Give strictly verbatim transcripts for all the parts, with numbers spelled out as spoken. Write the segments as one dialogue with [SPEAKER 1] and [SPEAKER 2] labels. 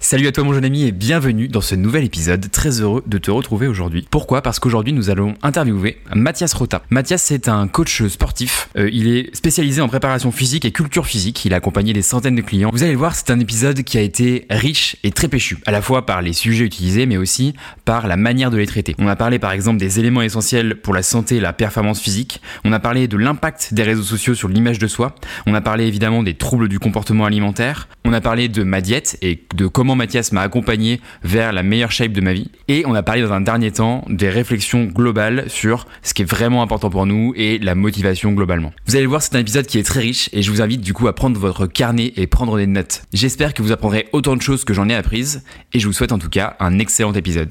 [SPEAKER 1] Salut à toi mon jeune ami et bienvenue dans ce nouvel épisode, très heureux de te retrouver aujourd'hui. Pourquoi ? Parce qu'aujourd'hui nous allons interviewer Mathias Rota. Mathias c'est un coach sportif, euh, il est spécialisé en préparation physique et culture physique, il a accompagné des centaines de clients. Vous allez le voir, c'est un épisode qui a été riche et très péchu, à la fois par les sujets utilisés mais aussi par la manière de les traiter. On a parlé par exemple des éléments essentiels pour la santé et la performance physique, on a parlé de l'impact des réseaux sociaux sur l'image de soi, on a parlé évidemment des troubles du comportement alimentaire, on a parlé de ma diète et de comment Mathias m'a accompagné vers la meilleure shape de ma vie. Et on a parlé dans un dernier temps des réflexions globales sur ce qui est vraiment important pour nous et la motivation globalement. Vous allez voir, c'est un épisode qui est très riche et je vous invite du coup à prendre votre carnet et prendre des notes. J'espère que vous apprendrez autant de choses que j'en ai apprises et je vous souhaite en tout cas un excellent épisode.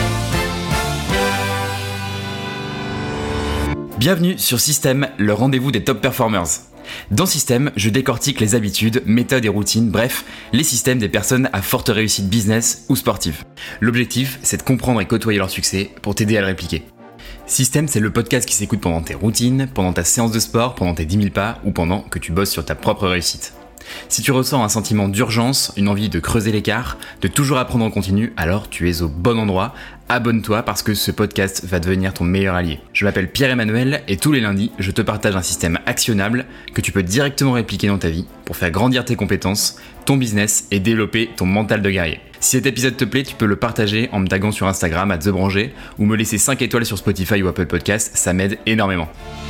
[SPEAKER 1] Bienvenue sur Système, le rendez-vous des top performers. Dans Système, je décortique les habitudes, méthodes et routines, bref, les systèmes des personnes à forte réussite business ou sportive. L'objectif, c'est de comprendre et côtoyer leur succès pour t'aider à le répliquer. Système, c'est le podcast qui s'écoute pendant tes routines, pendant ta séance de sport, pendant tes dix mille pas ou pendant que tu bosses sur ta propre réussite. Si tu ressens un sentiment d'urgence, une envie de creuser l'écart, de toujours apprendre en continu, alors tu es au bon endroit. Abonne-toi parce que ce podcast va devenir ton meilleur allié. Je m'appelle Pierre-Emmanuel et tous les lundis, je te partage un système actionnable que tu peux directement répliquer dans ta vie pour faire grandir tes compétences, ton business et développer ton mental de guerrier. Si cet épisode te plaît, tu peux le partager en me taguant sur Instagram à TheBranger ou me laisser cinq étoiles sur Spotify ou Apple Podcast, ça m'aide énormément.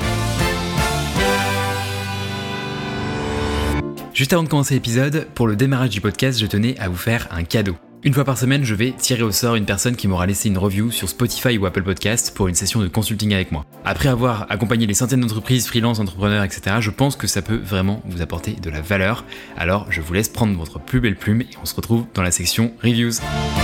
[SPEAKER 1] Juste avant de commencer l'épisode, pour le démarrage du podcast, je tenais à vous faire un cadeau. Une fois par semaine, je vais tirer au sort une personne qui m'aura laissé une review sur Spotify ou Apple Podcast pour une session de consulting avec moi. Après avoir accompagné des centaines d'entreprises, freelance, entrepreneurs, et cetera, je pense que ça peut vraiment vous apporter de la valeur. Alors, je vous laisse prendre votre plus belle plume et on se retrouve dans la section Reviews.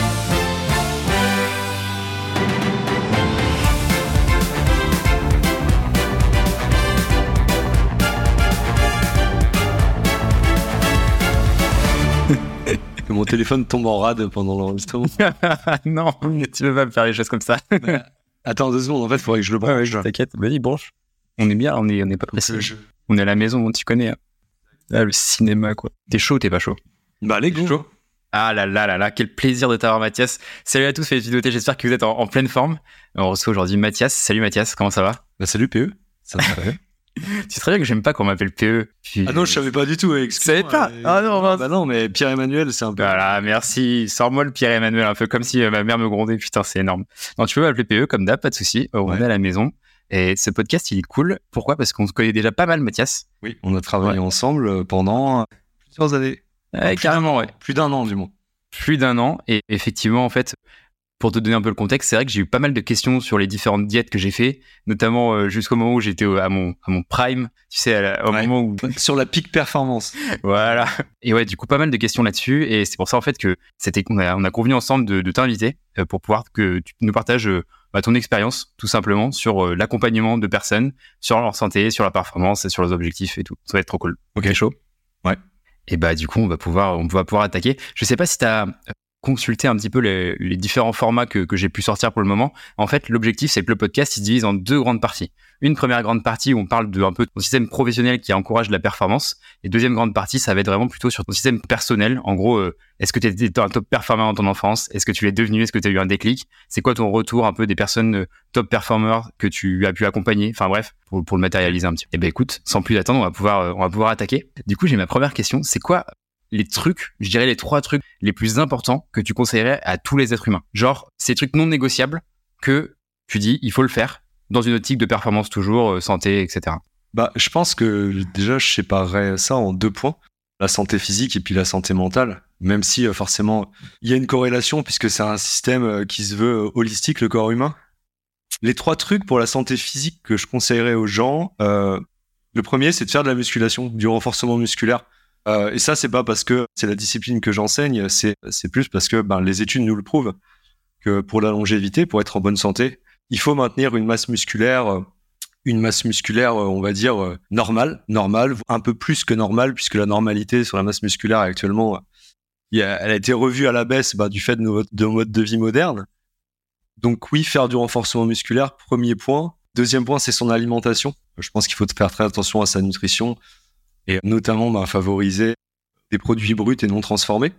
[SPEAKER 2] Que mon téléphone tombe en rade pendant l'enregistrement.
[SPEAKER 1] Non, tu peux pas me faire les choses comme ça.
[SPEAKER 2] Bah, attends deux secondes, en fait, il faudrait que je le branche.
[SPEAKER 1] Ouais, ouais, t'inquiète, vas-y, branche. On est bien, on est, on est pas pressé. Je... On est à la maison, tu connais. Hein. Là, le cinéma, quoi. T'es chaud ou t'es pas chaud ?
[SPEAKER 2] Bah, allez, go. Chaud.
[SPEAKER 1] Ah là là là là, quel plaisir de t'avoir, Mathias. Salut à tous, félicitations, j'espère que vous êtes en, en pleine forme. On reçoit aujourd'hui Mathias. Salut Mathias, comment ça va ?
[SPEAKER 2] Bah, salut P E. Ça va bien.
[SPEAKER 1] Tu sais très bien que j'aime pas qu'on m'appelle P E. Puis...
[SPEAKER 2] Ah non, je savais pas du tout.
[SPEAKER 1] Tu savais pas euh... Ah non, mince.
[SPEAKER 2] Bah non, mais Pierre-Emmanuel, c'est un peu...
[SPEAKER 1] Voilà, merci. Sors-moi le Pierre-Emmanuel, un peu comme si euh, ma mère me grondait. Putain, c'est énorme. Non, tu peux m'appeler P E comme d'hab, pas de souci. On ouais. est à la maison. Et ce podcast, il est cool. Pourquoi ? Parce qu'on se connaît déjà pas mal, Mathias.
[SPEAKER 2] Oui, on a travaillé ouais. ensemble pendant plusieurs années.
[SPEAKER 1] Ouais, carrément, ouais.
[SPEAKER 2] Plus d'un an, du moins.
[SPEAKER 1] Plus d'un an. Et effectivement, en fait... Pour te donner un peu le contexte, c'est vrai que j'ai eu pas mal de questions sur les différentes diètes que j'ai fait, notamment euh, jusqu'au moment où j'étais à mon à mon prime, tu sais, à la, au ouais. moment où
[SPEAKER 2] sur la peak performance.
[SPEAKER 1] Voilà. Et ouais, du coup, pas mal de questions là-dessus, et c'est pour ça en fait que c'était on a, on a convenu ensemble de, de t'inviter euh, pour pouvoir que tu nous partages euh, bah, ton expérience, tout simplement, sur euh, l'accompagnement de personnes, sur leur santé, sur la performance, et sur leurs objectifs et tout. Ça va être trop cool.
[SPEAKER 2] Ok,
[SPEAKER 1] chaud.
[SPEAKER 2] Ouais.
[SPEAKER 1] Et bah du coup, on va pouvoir on va pouvoir attaquer. Je sais pas si t'as consulter un petit peu les, les différents formats que, que j'ai pu sortir pour le moment. En fait, l'objectif, c'est que le podcast, il se divise en deux grandes parties. Une première grande partie où on parle de un peu de ton système professionnel qui encourage la performance. Et deuxième grande partie, ça va être vraiment plutôt sur ton système personnel. En gros, euh, est-ce que tu étais un top performer dans ton enfance ? Est-ce que tu l'es devenu ? Est-ce que tu as eu un déclic ? C'est quoi ton retour un peu des personnes euh, top performers que tu as pu accompagner ? Enfin bref, pour, pour le matérialiser un petit peu. Et ben écoute, sans plus attendre, on va pouvoir, euh, on va pouvoir attaquer. Du coup, j'ai ma première question. C'est quoi les trucs, je dirais les trois trucs les plus importants que tu conseillerais à tous les êtres humains. Genre, ces trucs non négociables que tu dis, il faut le faire dans une optique de performance toujours, euh, santé, et cetera.
[SPEAKER 2] Bah, je pense que déjà, je séparerais ça en deux points. La santé physique et puis la santé mentale. Même si, euh, forcément, il y a une corrélation puisque c'est un système euh, qui se veut euh, holistique, le corps humain. Les trois trucs pour la santé physique que je conseillerais aux gens, euh, le premier, c'est de faire de la musculation, du renforcement musculaire. Euh, et ça, c'est pas parce que c'est la discipline que j'enseigne, c'est, c'est plus parce que ben, les études nous le prouvent, que pour la longévité, pour être en bonne santé, il faut maintenir une masse musculaire, une masse musculaire, on va dire, normale, normale, un peu plus que normale, puisque la normalité sur la masse musculaire actuellement, elle a été revue à la baisse ben, du fait de nos, de nos modes de vie modernes. Donc oui, faire du renforcement musculaire, premier point. Deuxième point, c'est son alimentation. Je pense qu'il faut faire très attention à sa nutrition, et notamment bah, favoriser des produits bruts et non transformés.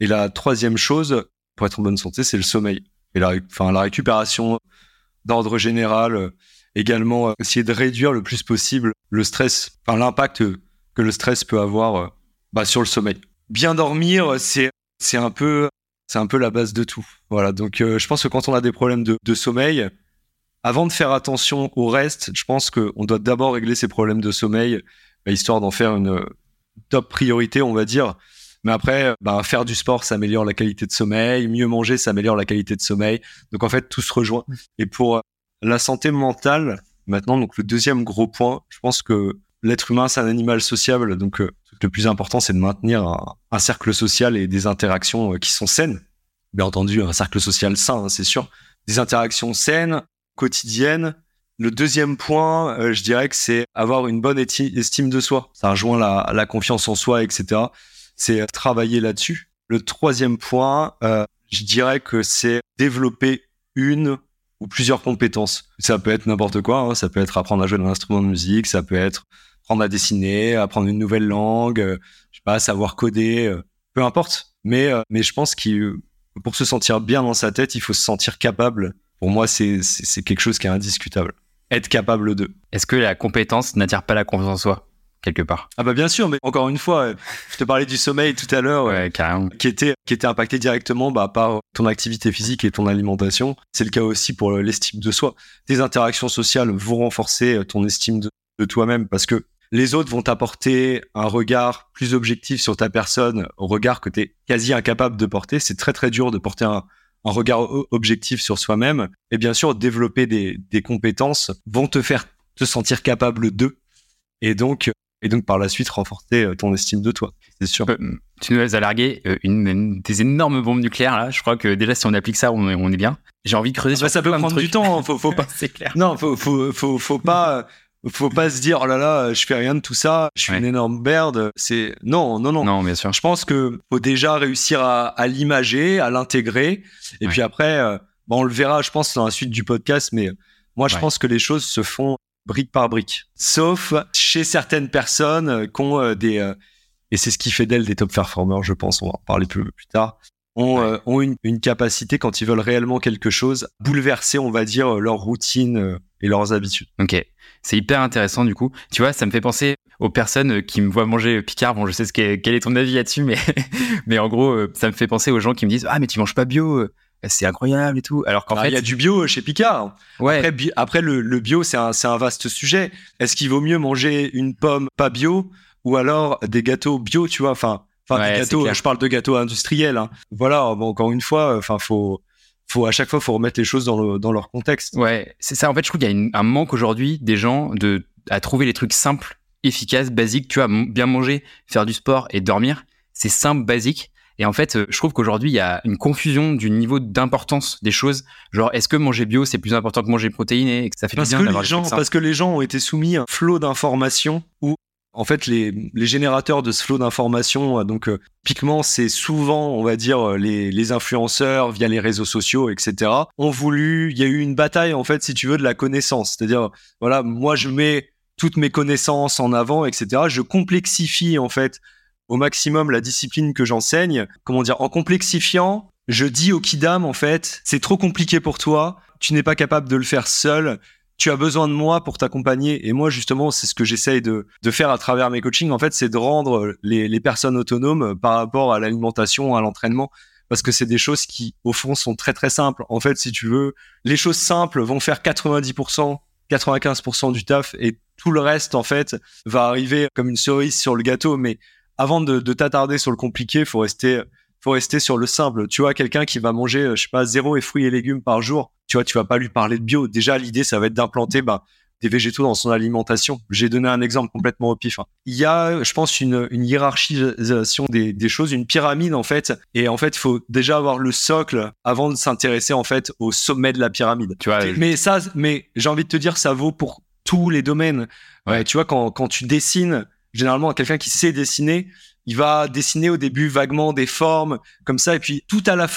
[SPEAKER 2] Et la troisième chose, pour être en bonne santé, c'est le sommeil. Et la, enfin, la récupération d'ordre général, euh, également euh, essayer de réduire le plus possible le stress, enfin l'impact que le stress peut avoir euh, bah, sur le sommeil. Bien dormir, c'est, c'est, un peu, c'est un peu la base de tout. Voilà, donc euh, je pense que quand on a des problèmes de, de sommeil, avant de faire attention au reste, je pense qu'on doit d'abord régler ces problèmes de sommeil, bah, histoire d'en faire une top priorité, on va dire. Mais après, bah, faire du sport, ça améliore la qualité de sommeil. Mieux manger, ça améliore la qualité de sommeil. Donc en fait, tout se rejoint. Et pour la santé mentale, maintenant, donc le deuxième gros point, je pense que l'être humain, c'est un animal sociable. Donc euh, le plus important, c'est de maintenir un, un cercle social et des interactions euh, qui sont saines. Bien entendu, un cercle social sain, hein, c'est sûr. Des interactions saines, quotidiennes. Le deuxième point, euh, je dirais que c'est avoir une bonne éti- estime de soi. Ça rejoint la, la confiance en soi, et cetera. C'est travailler là-dessus. Le troisième point, euh, je dirais que c'est développer une ou plusieurs compétences. Ça peut être n'importe quoi, hein. Ça peut être apprendre à jouer d'un instrument de musique, ça peut être apprendre à dessiner, apprendre une nouvelle langue, euh, je sais pas, savoir coder, euh, peu importe. Mais, euh, mais je pense que pour se sentir bien dans sa tête, il faut se sentir capable. Pour moi, c'est, c'est, c'est quelque chose qui est indiscutable. Être capable de.
[SPEAKER 1] Est-ce que la compétence n'attire pas la confiance en soi quelque part?
[SPEAKER 2] Ah bah bien sûr, mais encore une fois, euh, je te parlais du sommeil tout à l'heure,
[SPEAKER 1] ouais,
[SPEAKER 2] euh,
[SPEAKER 1] carrément.
[SPEAKER 2] qui était qui était impacté directement bah, par ton activité physique et ton alimentation. C'est le cas aussi pour l'estime de soi. Tes interactions sociales vont renforcer ton estime de, de toi-même parce que les autres vont t'apporter un regard plus objectif sur ta personne, un regard que tu es quasi incapable de porter. C'est très très dur de porter un, un regard objectif sur soi-même. Et bien sûr, développer des, des compétences vont te faire te sentir capable d'eux. Et donc, et donc par la suite renforcer ton estime de toi, c'est sûr.
[SPEAKER 1] Euh, tu nous as largué euh, une, une des énormes bombes nucléaires là. Je crois que déjà si on applique ça, on est, on est bien. J'ai envie de creuser.
[SPEAKER 2] Ah bah,
[SPEAKER 1] sur
[SPEAKER 2] ça peut prendre du temps. Hein. Faut, faut pas.
[SPEAKER 1] c'est clair.
[SPEAKER 2] Non, faut, faut, faut, faut pas. Faut pas se dire oh là là, je fais rien de tout ça, je suis ouais. une énorme merde. C'est non, non, non.
[SPEAKER 1] Non, bien sûr.
[SPEAKER 2] Je pense que faut déjà réussir à, à l'imager, à l'intégrer, et ouais. puis après, euh, bon, on le verra, je pense, dans la suite du podcast. Mais moi, je ouais. pense que les choses se font brique par brique, sauf chez certaines personnes qui ont euh, des euh, et c'est ce qui fait d'elles des top performers, je pense, on va en parler plus, plus tard, ont, ouais. euh, ont une, une capacité, quand ils veulent réellement quelque chose, bouleverser, on va dire, leur routine euh, et leurs habitudes.
[SPEAKER 1] Ok, c'est hyper intéressant du coup. Tu vois, ça me fait penser aux personnes qui me voient manger Picard. Bon, je sais ce qu'est, quel est ton avis là-dessus, mais, mais en gros, ça me fait penser aux gens qui me disent « Ah, mais tu manges pas bio !» C'est incroyable et tout. Alors qu'en
[SPEAKER 2] ah,
[SPEAKER 1] fait,
[SPEAKER 2] il y a du bio chez Picard.
[SPEAKER 1] Ouais.
[SPEAKER 2] Après, bi- après le, le bio, c'est un, c'est un vaste sujet. Est-ce qu'il vaut mieux manger une pomme pas bio ou alors des gâteaux bio, tu vois? Enfin, enfin
[SPEAKER 1] ouais,
[SPEAKER 2] des gâteaux. Je parle de gâteaux industriels. Hein. Voilà. Bon, encore une fois, enfin, faut, faut à chaque fois, faut remettre les choses dans le, dans leur contexte.
[SPEAKER 1] Ouais, c'est ça. En fait, je trouve qu'il y a une, un manque aujourd'hui des gens de à trouver les trucs simples, efficaces, basiques. Tu vois, bien manger, faire du sport et dormir, c'est simple, basique. Et en fait, je trouve qu'aujourd'hui, il y a une confusion du niveau d'importance des choses. Genre, est-ce que manger bio, c'est plus important que manger protéiné et que ça fait
[SPEAKER 2] parce
[SPEAKER 1] du bien
[SPEAKER 2] que
[SPEAKER 1] d'avoir
[SPEAKER 2] les
[SPEAKER 1] des
[SPEAKER 2] gens,
[SPEAKER 1] trucs simples.
[SPEAKER 2] Parce que les gens ont été soumis à un flot d'informations où, en fait, les, les générateurs de ce flot d'informations, donc, euh, typiquement, c'est souvent, on va dire, les, les influenceurs via les réseaux sociaux, et cetera, ont voulu, il y a eu une bataille, en fait, si tu veux, de la connaissance. C'est-à-dire, voilà, moi, je mets toutes mes connaissances en avant, et cetera. Je complexifie, en fait, au maximum la discipline que j'enseigne. Comment dire, en complexifiant, je dis au kidam, en fait, c'est trop compliqué pour toi, tu n'es pas capable de le faire seul, tu as besoin de moi pour t'accompagner. Et moi, justement, c'est ce que j'essaye de, de faire à travers mes coachings, en fait, c'est de rendre les, les personnes autonomes par rapport à l'alimentation, à l'entraînement, parce que c'est des choses qui, au fond, sont très, très simples. En fait, si tu veux, les choses simples vont faire quatre-vingt-dix pour cent, quatre-vingt-quinze pour cent du taf, et tout le reste, en fait, va arriver comme une cerise sur le gâteau, mais avant de, de t'attarder sur le compliqué, faut rester, faut rester sur le simple. Tu vois, quelqu'un qui va manger, je sais pas, zéro et fruits et légumes par jour, tu vois, tu vas pas lui parler de bio. Déjà, l'idée, ça va être d'implanter, bah, des végétaux dans son alimentation. J'ai donné un exemple complètement au pif. Hein. Il y a, je pense, une, une hiérarchisation des, des choses, une pyramide, en fait. Et en fait, il faut déjà avoir le socle avant de s'intéresser, en fait, au sommet de la pyramide.
[SPEAKER 1] Tu vois,
[SPEAKER 2] mais ça, mais j'ai envie de te dire, ça vaut pour tous les domaines. Ouais. Ouais, tu vois, quand, quand tu dessines, généralement, quelqu'un qui sait dessiner, il va dessiner au début vaguement des formes comme ça, et puis tout à la fin,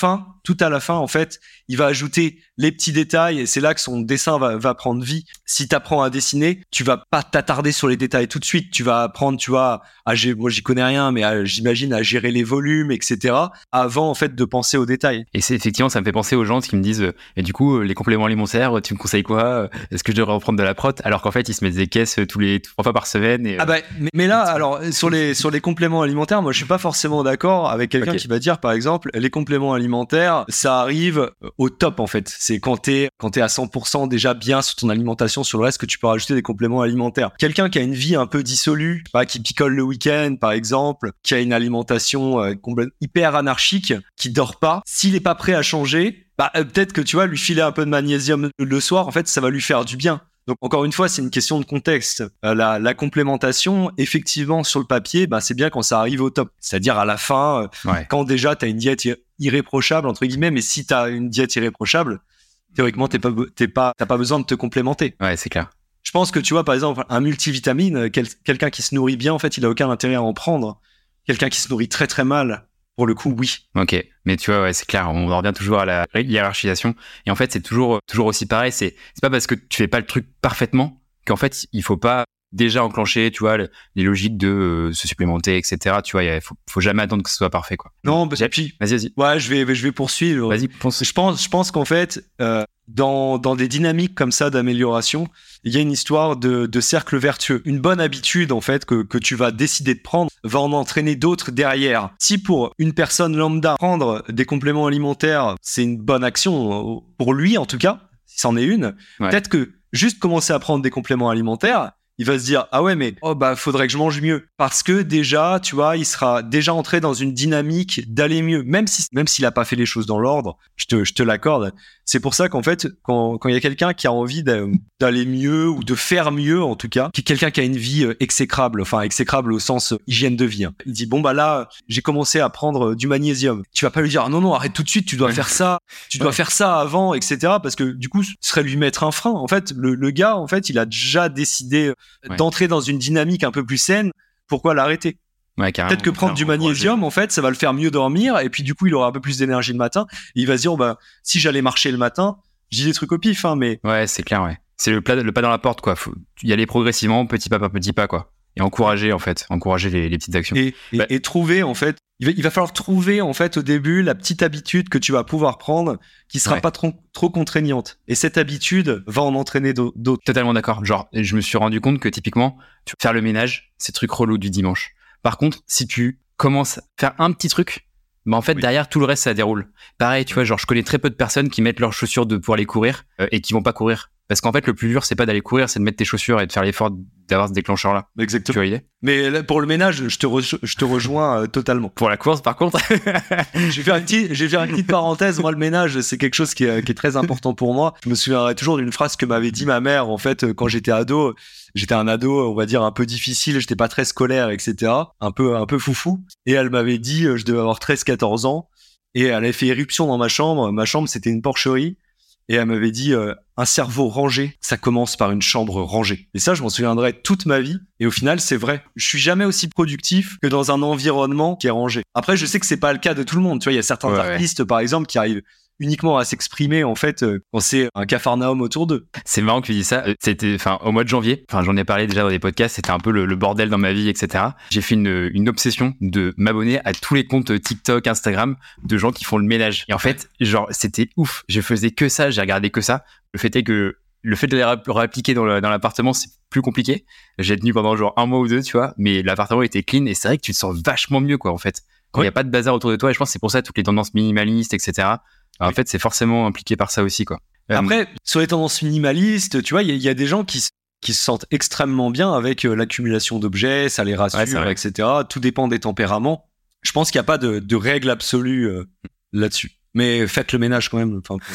[SPEAKER 2] Tout à la fin, en fait, il va ajouter les petits détails et c'est là que son dessin va, va prendre vie. Si tu apprends à dessiner, tu vas pas t'attarder sur les détails tout de suite. Tu vas apprendre, tu vois, à, moi j'y connais rien, mais à, j'imagine à gérer les volumes, et cetera. Avant, en fait, de penser aux détails.
[SPEAKER 1] Et c'est effectivement, ça me fait penser aux gens qui me disent, euh, et du coup, les compléments alimentaires, tu me conseilles quoi? Est-ce que je devrais reprendre de la prot? Alors qu'en fait, ils se mettent des caisses tous les trois fois par semaine. Et, euh...
[SPEAKER 2] Ah bah, mais, mais là, alors sur les sur les compléments alimentaires, moi je suis pas forcément d'accord avec quelqu'un okay. qui va dire, par exemple, les compléments alimentaires, ça arrive au top en fait. C'est quand t'es quand t'es à cent pour cent déjà bien sur ton alimentation, sur le reste que tu peux rajouter des compléments alimentaires. Quelqu'un qui a une vie un peu dissolue, pas qui picole le week-end par exemple, qui a une alimentation euh, hyper anarchique, qui dort pas, s'il est pas prêt à changer, bah euh, peut-être que tu vois lui filer un peu de magnésium le soir, en fait, ça va lui faire du bien. Donc encore une fois, c'est une question de contexte. Euh, la, la complémentation, effectivement, sur le papier, bah, c'est bien quand ça arrive au top. C'est-à-dire à la fin, euh, ouais. quand déjà tu as une diète irréprochable, entre guillemets, mais si tu as une diète irréprochable, théoriquement, tu n'as pas, pas besoin de te complémenter.
[SPEAKER 1] Ouais, c'est clair.
[SPEAKER 2] Je pense que tu vois, par exemple, un multivitamine, quel, quelqu'un qui se nourrit bien, en fait, il a aucun intérêt à en prendre. Quelqu'un qui se nourrit très très mal, pour le coup, oui.
[SPEAKER 1] Ok, mais tu vois, ouais, c'est clair, on en revient toujours à la hiérarchisation. Et en fait, c'est toujours, toujours aussi pareil. C'est, c'est pas parce que tu fais pas le truc parfaitement qu'en fait, il faut pas déjà enclencher, tu vois, les logiques de euh, se supplémenter, et cetera. Tu vois, il faut, faut jamais attendre que ce soit parfait, quoi.
[SPEAKER 2] Non, bah, puis,
[SPEAKER 1] vas-y, vas-y.
[SPEAKER 2] Ouais, je vais, je vais poursuivre.
[SPEAKER 1] Vas-y, pense.
[SPEAKER 2] Je pense, je pense qu'en fait, euh, dans, dans des dynamiques comme ça d'amélioration, il y a une histoire de, de cercle vertueux. Une bonne habitude, en fait, que, que tu vas décider de prendre va en entraîner d'autres derrière. Si pour une personne lambda, prendre des compléments alimentaires, c'est une bonne action, pour lui en tout cas, si c'en est une, ouais. peut-être que juste commencer à prendre des compléments alimentaires, il va se dire, ah ouais, mais oh bah faudrait que je mange mieux. Parce que déjà, tu vois, il sera déjà entré dans une dynamique d'aller mieux. Même si, même s'il a pas fait les choses dans l'ordre, je te, je te l'accorde. C'est pour ça qu'en fait, quand, quand il y a quelqu'un qui a envie d'aller mieux ou de faire mieux, en tout cas, quelqu'un qui a une vie exécrable, enfin exécrable au sens hygiène de vie, hein. Il dit, bon bah là, j'ai commencé à prendre du magnésium. Tu vas pas lui dire, ah, non, non, arrête tout de suite, tu dois faire ça, tu dois ouais. faire ça avant, et cetera. Parce que du coup, ce serait lui mettre un frein. En fait, le, le gars, en fait, il a déjà décidé ouais. d'entrer dans une dynamique un peu plus saine. Pourquoi l'arrêter?
[SPEAKER 1] Ouais,
[SPEAKER 2] peut-être que prendre du magnésium, en fait, ça va le faire mieux dormir, et puis du coup, il aura un peu plus d'énergie le matin, et il va se dire, oh, bah, si j'allais marcher le matin, je dis des trucs au pif, hein, mais...
[SPEAKER 1] Ouais, c'est clair, ouais. C'est le, plat, le pas dans la porte, quoi. Faut y aller progressivement, petit pas par petit pas, quoi. Et encourager, en fait, encourager les, les petites actions.
[SPEAKER 2] Et, et, bah. et trouver, en fait, il va, il va falloir trouver, en fait, au début, la petite habitude que tu vas pouvoir prendre, qui sera ouais. pas trop, trop contraignante. Et cette habitude va en entraîner d'autres.
[SPEAKER 1] Totalement d'accord. Genre, je me suis rendu compte que, typiquement, faire le ménage, c'est truc relou du dimanche. Par contre, si tu commences à faire un petit truc, bah en fait, oui. derrière, tout le reste, ça déroule. Pareil, tu vois, genre, je connais très peu de personnes qui mettent leurs chaussures de, pour aller courir euh, et qui vont pas courir. Parce qu'en fait, le plus dur, c'est pas d'aller courir, c'est de mettre tes chaussures et de faire l'effort d'avoir ce déclencheur-là.
[SPEAKER 2] Exactement.
[SPEAKER 1] Tu vois l'idée ?
[SPEAKER 2] Mais là, pour le ménage, je te, re- je te rejoins euh, totalement.
[SPEAKER 1] Pour la course, par contre,
[SPEAKER 2] je vais faire une petite, je vais faire une petite parenthèse. Moi, le ménage, c'est quelque chose qui est, qui est très important pour moi. Je me souviendrai toujours d'une phrase que m'avait dit ma mère, en fait, quand j'étais ado. J'étais un ado, on va dire, un peu difficile, j'étais pas très scolaire, et cetera. Un peu, un peu foufou. Et elle m'avait dit, je devais avoir treize quatorze ans. Et elle avait fait éruption dans ma chambre. Ma chambre, c'était une porcherie. Et elle m'avait dit, euh, un cerveau rangé, ça commence par une chambre rangée. Et ça, je m'en souviendrai toute ma vie. Et au final, c'est vrai. Je suis jamais aussi productif que dans un environnement qui est rangé. Après, je sais que c'est pas le cas de tout le monde. Tu vois, il y a certains ouais, artistes, ouais. par exemple, qui arrivent uniquement à s'exprimer, en fait, euh, quand c'est un capharnaüm autour d'eux.
[SPEAKER 1] C'est marrant que tu dis ça. C'était, enfin, au mois de janvier. Enfin, j'en ai parlé déjà dans des podcasts. C'était un peu le, le bordel dans ma vie, et cetera. J'ai fait une, une obsession de m'abonner à tous les comptes TikTok, Instagram de gens qui font le ménage. Et en fait, genre, c'était ouf. Je faisais que ça. J'ai regardé que ça. Le fait est que le fait de les réappliquer dans, le, dans l'appartement, c'est plus compliqué. J'ai tenu pendant genre un mois ou deux, tu vois. Mais l'appartement était clean et c'est vrai que tu te sens vachement mieux, quoi, en fait. Quand il ouais. n'y a pas de bazar autour de toi. Et je pense que c'est pour ça toutes les tendances minimalistes, et cetera. Alors, oui. En fait, c'est forcément impliqué par ça aussi, quoi.
[SPEAKER 2] Après, euh... sur les tendances minimalistes, tu vois, il y, y a des gens qui, qui se sentent extrêmement bien avec euh, l'accumulation d'objets, ça les rassure, ouais, et cetera. Tout dépend des tempéraments. Je pense qu'il n'y a pas de, de règle absolue euh, là-dessus. Mais faites le ménage quand même. Enfin,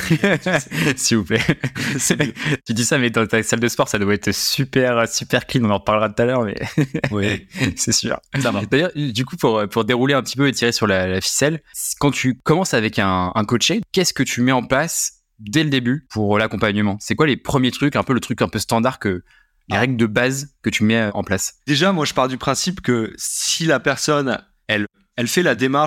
[SPEAKER 1] s'il vous plaît. Tu dis ça, mais dans ta salle de sport, ça doit être super, super clean. On en reparlera tout à l'heure, mais
[SPEAKER 2] oui,
[SPEAKER 1] c'est sûr. Ça va. D'ailleurs, du coup, pour, pour dérouler un petit peu et tirer sur la, la ficelle, quand tu commences avec un, un coaché, qu'est-ce que tu mets en place dès le début pour l'accompagnement ? C'est quoi les premiers trucs, un peu le truc un peu standard que les ah. règles de base que tu mets en place ?
[SPEAKER 2] Déjà, moi, je pars du principe que si la personne, elle, elle fait la démarche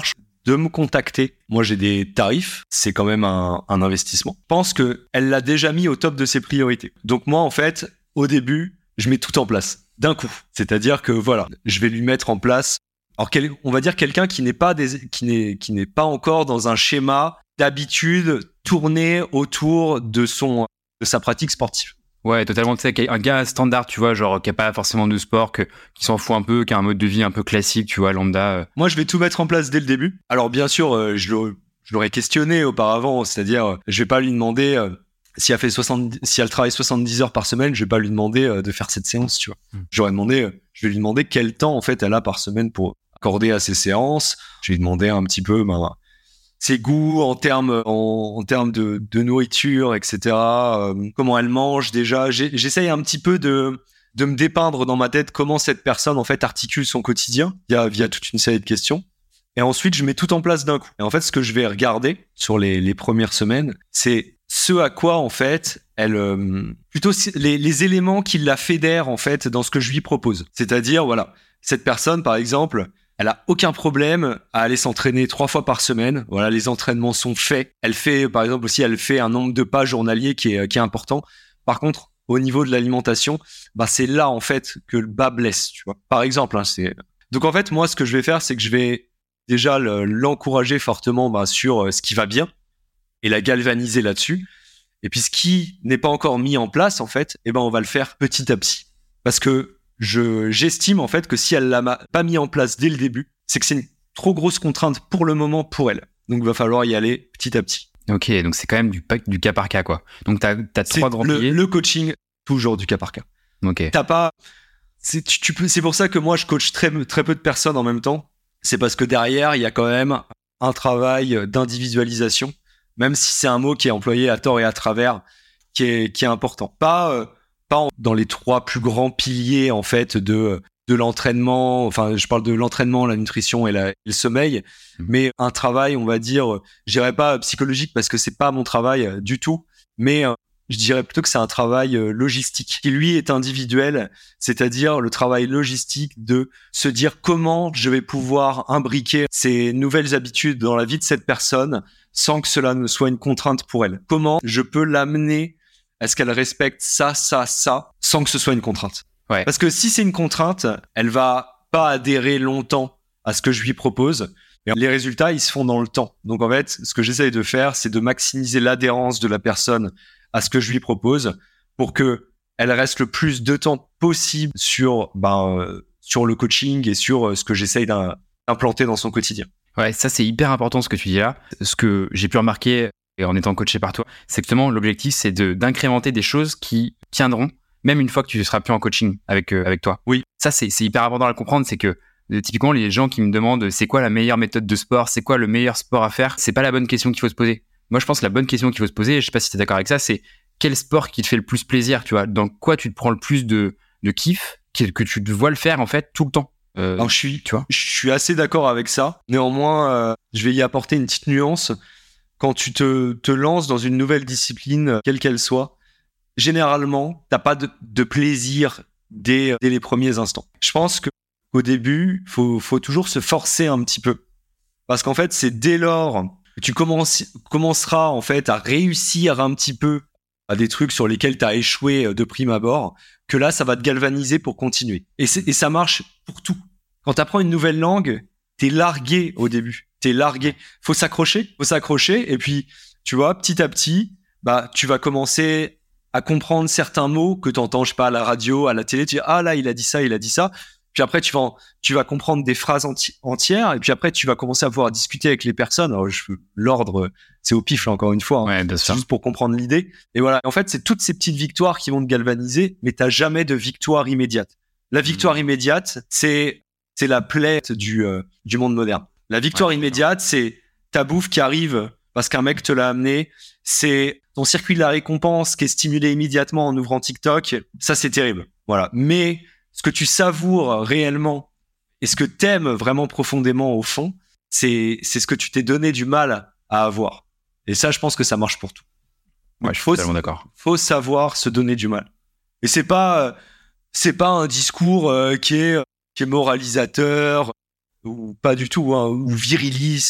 [SPEAKER 2] de me contacter. Moi, j'ai des tarifs, c'est quand même un, un investissement. Je pense qu'elle l'a déjà mis au top de ses priorités. Donc moi, en fait, au début, je mets tout en place, d'un coup. C'est-à-dire que voilà, je vais lui mettre en place, alors quel, on va dire quelqu'un qui n'est pas des, qui n'est, qui n'est pas encore dans un schéma d'habitude tourné autour de son, de sa pratique sportive.
[SPEAKER 1] Ouais, totalement. Tu sais, un gars standard, tu vois, genre qui a pas forcément de sport, que, qui s'en fout un peu, qui a un mode de vie un peu classique, tu vois, lambda. Euh.
[SPEAKER 2] Moi, je vais tout mettre en place dès le début. Alors, bien sûr, euh, je, l'aurais, je l'aurais questionné auparavant, c'est-à-dire, euh, je vais pas lui demander euh, si elle fait soixante, si elle travaille soixante-dix heures par semaine, je vais pas lui demander euh, de faire cette séance, tu vois. Mm. J'aurais demandé, euh, je vais lui demander quel temps en fait elle a par semaine pour accorder à ces séances. Je vais lui demander un petit peu, ben, ses goûts en termes en, en termes de, de nourriture, et cetera. Euh, comment elle mange déjà. J'ai, j'essaye un petit peu de de me dépeindre dans ma tête comment cette personne en fait articule son quotidien via via toute une série de questions. Et ensuite, je mets tout en place d'un coup. Et en fait, ce que je vais regarder sur les les premières semaines, c'est ce à quoi en fait elle euh, plutôt les les éléments qui la fédèrent en fait dans ce que je lui propose. C'est-à-dire voilà, cette personne par exemple, elle a aucun problème à aller s'entraîner trois fois par semaine. Voilà, les entraînements sont faits. Elle fait, par exemple aussi, elle fait un nombre de pas journalier qui est, qui est important. Par contre, au niveau de l'alimentation, bah, c'est là, en fait, que le bas blesse, tu vois. Par exemple, hein, c'est, donc, en fait, moi, ce que je vais faire, c'est que je vais déjà le, l'encourager fortement, bah, sur euh, ce qui va bien et la galvaniser là-dessus. Et puis, ce qui n'est pas encore mis en place, en fait, eh ben, on va le faire petit à petit. Parce que, Je, j'estime en fait que si elle l'a pas mis en place dès le début, c'est que c'est une trop grosse contrainte pour le moment pour elle. Donc il va falloir y aller petit à petit.
[SPEAKER 1] Ok, donc c'est quand même du, du cas par cas, quoi. Donc t'as, t'as trois grands
[SPEAKER 2] le,
[SPEAKER 1] piliers.
[SPEAKER 2] Le coaching, toujours du cas par cas.
[SPEAKER 1] Ok.
[SPEAKER 2] T'as pas, c'est, tu, tu peux, c'est pour ça que moi je coach très, très peu de personnes en même temps. C'est parce que derrière il y a quand même un travail d'individualisation, même si c'est un mot qui est employé à tort et à travers, qui est, qui est important. Pas euh, pas dans les trois plus grands piliers en fait de de l'entraînement, enfin je parle de l'entraînement, la nutrition et, la, et le sommeil, mmh. mais un travail on va dire, je dirais pas psychologique parce que c'est pas mon travail euh, du tout, mais euh, je dirais plutôt que c'est un travail euh, logistique qui lui est individuel, c'est-à-dire le travail logistique de se dire comment je vais pouvoir imbriquer ces nouvelles habitudes dans la vie de cette personne sans que cela ne soit une contrainte pour elle. Comment je peux l'amener est-ce qu'elle respecte ça, ça, ça, sans que ce soit une contrainte?
[SPEAKER 1] Ouais.
[SPEAKER 2] Parce que si c'est une contrainte, elle va pas adhérer longtemps à ce que je lui propose. Et les résultats, ils se font dans le temps. Donc en fait, ce que j'essaye de faire, c'est de maximiser l'adhérence de la personne à ce que je lui propose pour que elle reste le plus de temps possible sur, ben, euh, sur le coaching et sur euh, ce que j'essaye d'implanter dans son quotidien.
[SPEAKER 1] Ouais, ça c'est hyper important ce que tu dis là. Ce que j'ai pu remarquer et en étant coaché par toi, c'est que justement l'objectif c'est de d'incrémenter des choses qui tiendront même une fois que tu ne seras plus en coaching avec euh, avec toi.
[SPEAKER 2] Oui,
[SPEAKER 1] ça c'est c'est hyper important à le comprendre, c'est que euh, typiquement les gens qui me demandent c'est quoi la meilleure méthode de sport, c'est quoi le meilleur sport à faire, c'est pas la bonne question qu'il faut se poser. Moi je pense que la bonne question qu'il faut se poser, je sais pas si tu es d'accord avec ça, c'est quel sport qui te fait le plus plaisir, tu vois, dans quoi tu te prends le plus de de kiff, que tu te vois le faire en fait tout le temps.
[SPEAKER 2] Euh, Alors je suis tu vois, je suis assez d'accord avec ça. Néanmoins, euh, je vais y apporter une petite nuance. Quand tu te, te lances dans une nouvelle discipline, quelle qu'elle soit, généralement, t'as pas de, de plaisir dès, dès les premiers instants. Je pense qu'au début, faut, faut toujours se forcer un petit peu. Parce qu'en fait, c'est dès lors que tu commences, commenceras en fait à réussir un petit peu à des trucs sur lesquels t'as échoué de prime abord, que là, ça va te galvaniser pour continuer. Et, c'est, et ça marche pour tout. Quand t'apprends une nouvelle langue, t'es largué au début. T'es largué. Faut s'accrocher, faut s'accrocher. Et puis, tu vois, petit à petit, bah, tu vas commencer à comprendre certains mots que t'entends, je sais pas, à la radio, à la télé. Tu dis, ah là, il a dit ça, il a dit ça. Puis après, tu vas, en, tu vas comprendre des phrases enti- entières. Et puis après, tu vas commencer à pouvoir discuter avec les personnes. Alors, je, l'ordre, c'est au pif, là, encore une fois. Hein.
[SPEAKER 1] Ouais, bien sûr.
[SPEAKER 2] C'est juste pour comprendre l'idée. Et voilà. En fait, c'est toutes ces petites victoires qui vont te galvaniser, mais t'as jamais de victoire immédiate. La victoire mmh. immédiate, c'est, c'est la plaie du, euh, du monde moderne. La victoire ouais, immédiate, c'est ta bouffe qui arrive parce qu'un mec te l'a amené. C'est ton circuit de la récompense qui est stimulé immédiatement en ouvrant TikTok. Ça, c'est terrible. Voilà. Mais ce que tu savoures réellement et ce que t'aimes vraiment profondément au fond, c'est, c'est ce que tu t'es donné du mal à avoir. Et ça, je pense que ça marche pour tout.
[SPEAKER 1] Ouais, je suis faut, totalement d'accord.
[SPEAKER 2] Faut savoir se donner du mal. Et c'est pas, c'est pas un discours euh, qui est, qui est moralisateur, ou pas du tout, hein, ou viriliste.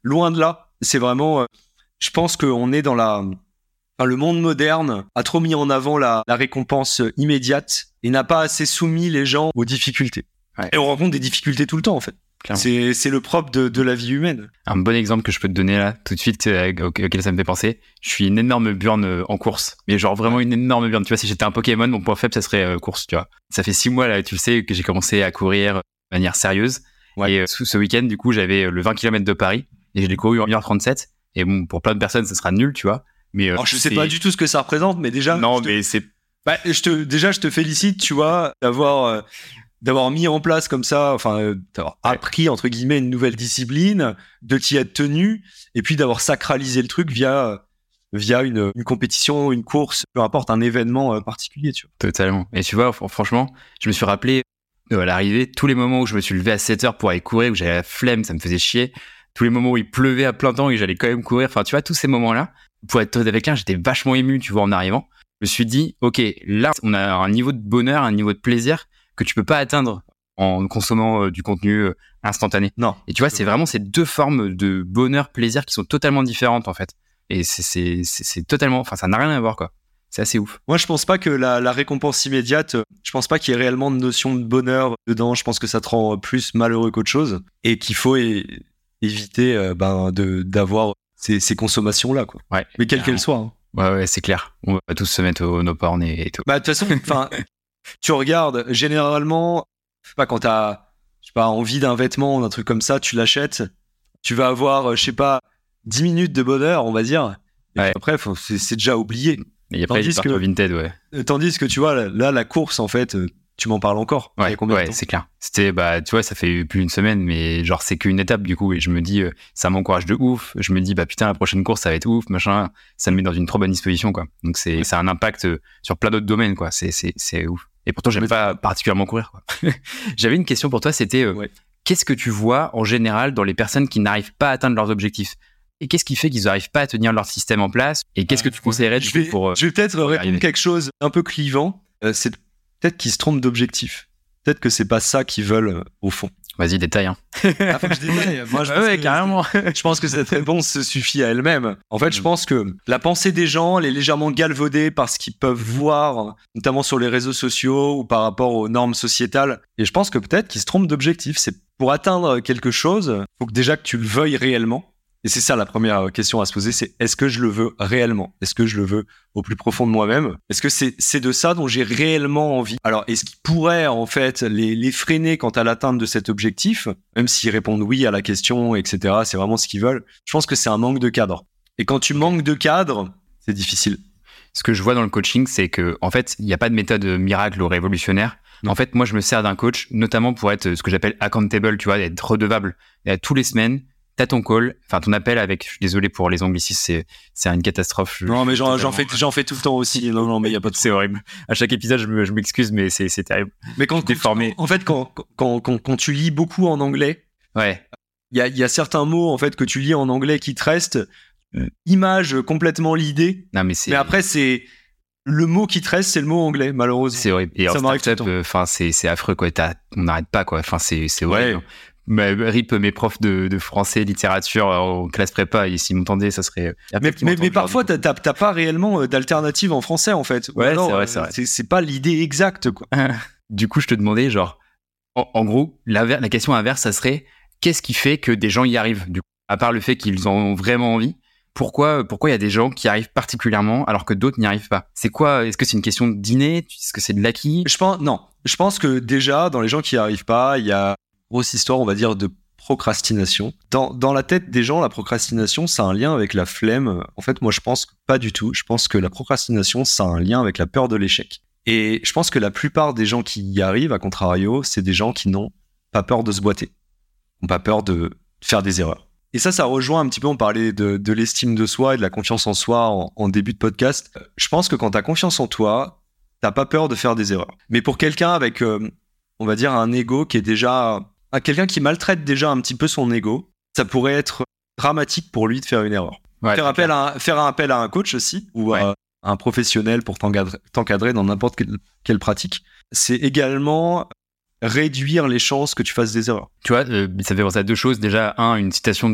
[SPEAKER 2] loin de là. C'est vraiment, euh, je pense qu'on est dans la, enfin, le monde moderne a trop mis en avant la, la récompense immédiate et n'a pas assez soumis les gens aux difficultés. Ouais. Et on rencontre des difficultés tout le temps, en fait. C'est, c'est le propre de, de la vie humaine.
[SPEAKER 1] Un bon exemple que je peux te donner là, tout de suite, euh, auquel ça me fait penser, je suis une énorme burne euh, en course. Mais genre vraiment une énorme burne. Tu vois, si j'étais un Pokémon, mon point faible, ça serait euh, course, tu vois. Ça fait six mois, là, tu le sais, que j'ai commencé à courir de manière sérieuse. Ouais. Et euh, ce week-end, du coup, j'avais le vingt kilomètres de Paris et je l'ai couru en une heure trente-sept. Et bon, pour plein de personnes, ça sera nul, tu vois. Mais euh,
[SPEAKER 2] alors, je sais pas du tout ce que ça représente, mais déjà.
[SPEAKER 1] Non,
[SPEAKER 2] te...
[SPEAKER 1] mais c'est.
[SPEAKER 2] Bah, je te, déjà, je te félicite, tu vois, d'avoir. Euh... d'avoir mis en place comme ça, enfin, euh, d'avoir ouais. appris, entre guillemets, une nouvelle discipline, de t'y être tenu, et puis d'avoir sacralisé le truc via, via une, une compétition, une course, peu importe, un événement euh, particulier, tu vois.
[SPEAKER 1] Totalement. Et tu vois, franchement, je me suis rappelé, euh, à l'arrivée, tous les moments où je me suis levé à sept heures pour aller courir, où j'avais la flemme, ça me faisait chier, tous les moments où il pleuvait à plein temps et j'allais quand même courir, enfin, tu vois, tous ces moments-là, pour être avec un, j'étais vachement ému, tu vois, en arrivant. Je me suis dit, ok, là, on a un niveau de bonheur, un niveau de plaisir que tu peux pas atteindre en consommant euh, du contenu euh, instantané.
[SPEAKER 2] Non.
[SPEAKER 1] Et tu vois, c'est vraiment ces deux formes de bonheur, plaisir qui sont totalement différentes, en fait. Et c'est, c'est, c'est, c'est totalement... Enfin, ça n'a rien à voir, quoi. C'est assez ouf.
[SPEAKER 2] Moi, je pense pas que la, la récompense immédiate, je pense pas qu'il y ait réellement de notion de bonheur dedans. Je pense que ça te rend plus malheureux qu'autre chose. Et qu'il faut é- éviter euh, ben, de, d'avoir ces, ces consommations-là, quoi.
[SPEAKER 1] Ouais.
[SPEAKER 2] Mais quelles qu'elles soient. Hein.
[SPEAKER 1] Ouais, ouais, c'est clair. On va tous se mettre au no porn et, et tout.
[SPEAKER 2] Bah, de toute façon, enfin, tu regardes, généralement... Je sais pas, quand t'as, je sais pas, envie d'un vêtement, d'un truc comme ça, tu l'achètes, tu vas avoir, je sais pas, dix minutes de bonheur, on va dire. Et ouais. Après, faut, c'est, c'est déjà oublié.
[SPEAKER 1] Et après, il part au Vinted, ouais.
[SPEAKER 2] Tandis que tu vois, là, là, la course, en fait, tu m'en parles encore.
[SPEAKER 1] Ouais, ouais, c'est clair. C'était, bah, tu vois, ça fait plus d'une semaine, mais genre, c'est qu'une étape, du coup, et je me dis, euh, ça m'encourage de ouf. Je me dis, bah, putain, la prochaine course, ça va être ouf, machin. Ça me met dans une trop bonne disposition, quoi. Donc, c'est, ouais. ça a un impact sur plein d'autres domaines, quoi. C'est, c'est, c'est ouf. Et pourtant, j'aime pas particulièrement courir, quoi. J'avais une question pour toi, c'était euh, ouais. qu'est-ce que tu vois en général dans les personnes qui n'arrivent pas à atteindre leurs objectifs ? Et qu'est-ce qui fait qu'ils n'arrivent pas à tenir leur système en place ? Et qu'est-ce que tu conseillerais du
[SPEAKER 2] je vais,
[SPEAKER 1] coup pour euh,
[SPEAKER 2] Je vais peut-être
[SPEAKER 1] pour
[SPEAKER 2] répondre quelque chose un peu clivant. Euh, c'est peut-être qu'ils se trompent d'objectif. Peut-être que c'est pas ça qu'ils veulent euh, au fond.
[SPEAKER 1] Vas-y, détaille. Hein.
[SPEAKER 2] Ah, faut que je détaille. Moi, je
[SPEAKER 1] ouais,
[SPEAKER 2] que,
[SPEAKER 1] carrément.
[SPEAKER 2] Je pense que cette réponse se suffit à elle-même. En fait, je pense que la pensée des gens, elle est légèrement galvaudée par ce qu'ils peuvent voir, notamment sur les réseaux sociaux ou par rapport aux normes sociétales. Et je pense que peut-être qu'ils se trompent d'objectif. C'est pour atteindre quelque chose, il faut que déjà que tu le veuilles réellement. Et c'est ça la première question à se poser, c'est est-ce que je le veux réellement ? Est-ce que je le veux au plus profond de moi-même ? Est-ce que c'est, c'est de ça dont j'ai réellement envie ? Alors, est-ce qui pourrait en fait les, les freiner quant à l'atteinte de cet objectif ? Même s'ils répondent oui à la question, et cetera, c'est vraiment ce qu'ils veulent. Je pense que c'est un manque de cadre. Et quand tu manques de cadre, c'est difficile.
[SPEAKER 1] Ce que je vois dans le coaching, c'est que en fait, il n'y a pas de méthode miracle ou révolutionnaire. Non. En fait, moi, je me sers d'un coach, notamment pour être ce que j'appelle accountable, tu vois, être redevable. Et à tous les semaines, t'as ton call, enfin ton appel avec, je suis désolé pour les anglicismes, c'est, c'est une catastrophe. Je,
[SPEAKER 2] non, mais j'en, j'en, fais, j'en fais tout le temps aussi. Non, non, mais il n'y a pas de...
[SPEAKER 1] C'est horrible. À chaque épisode, je, me, je m'excuse, mais c'est, c'est terrible.
[SPEAKER 2] Mais quand,
[SPEAKER 1] déformé.
[SPEAKER 2] En fait, quand, quand, quand, quand tu lis beaucoup en anglais,
[SPEAKER 1] ouais.
[SPEAKER 2] il y a, y a certains mots en fait, que tu lis en anglais qui te restent, euh, image complètement l'idée.
[SPEAKER 1] Non, mais c'est...
[SPEAKER 2] Mais après, c'est... Le mot qui te reste, c'est le mot anglais, malheureusement.
[SPEAKER 1] C'est horrible. Et
[SPEAKER 2] ça
[SPEAKER 1] en startup, enfin, euh, c'est, c'est affreux, quoi. T'as, on n'arrête pas, quoi. Enfin, c'est, c'est horrible. Ouais. Mais rip mes profs de, de français, littérature en classe prépa, et s'ils m'entendaient, ça serait.
[SPEAKER 2] Mais, mais, mais parfois, t'as, t'as, t'as pas réellement d'alternative en français, en fait.
[SPEAKER 1] Ouais,
[SPEAKER 2] alors,
[SPEAKER 1] c'est vrai, c'est vrai.
[SPEAKER 2] C'est, c'est pas l'idée exacte, quoi.
[SPEAKER 1] Du coup, je te demandais, genre, en, en gros, la, la question inverse, ça serait qu'est-ce qui fait que des gens y arrivent, du coup, à part le fait qu'ils en ont vraiment envie? Pourquoi, pourquoi il y a des gens qui arrivent particulièrement alors que d'autres n'y arrivent pas? C'est quoi? Est-ce que c'est une question d'inné? Est-ce que c'est de l'acquis?
[SPEAKER 2] Je pense, non. Je pense que déjà, dans les gens qui n'y arrivent pas, il y a une grosse histoire, on va dire, de procrastination. Dans, dans la tête des gens, la procrastination, ça a un lien avec la flemme. En fait, moi, je pense pas du tout. Je pense que la procrastination, ça a un lien avec la peur de l'échec. Et je pense que la plupart des gens qui y arrivent, à contrario, c'est des gens qui n'ont pas peur de se boiter, n'ont pas peur de faire des erreurs. Et ça, ça rejoint un petit peu, on parlait de, de l'estime de soi et de la confiance en soi en, en début de podcast. Je pense que quand tu as confiance en toi, t'as pas peur de faire des erreurs. Mais pour quelqu'un avec, euh, on va dire, un ego qui est déjà... À quelqu'un qui maltraite déjà un petit peu son ego, ça pourrait être dramatique pour lui de faire une erreur. Ouais, faire, appel à un, faire un appel à un coach aussi, ou ouais. à un professionnel pour t'encadrer, t'encadrer dans n'importe quelle, quelle pratique, c'est également réduire les chances que tu fasses des erreurs.
[SPEAKER 1] Tu vois, euh, ça fait penser à deux choses. Déjà, un, une citation de,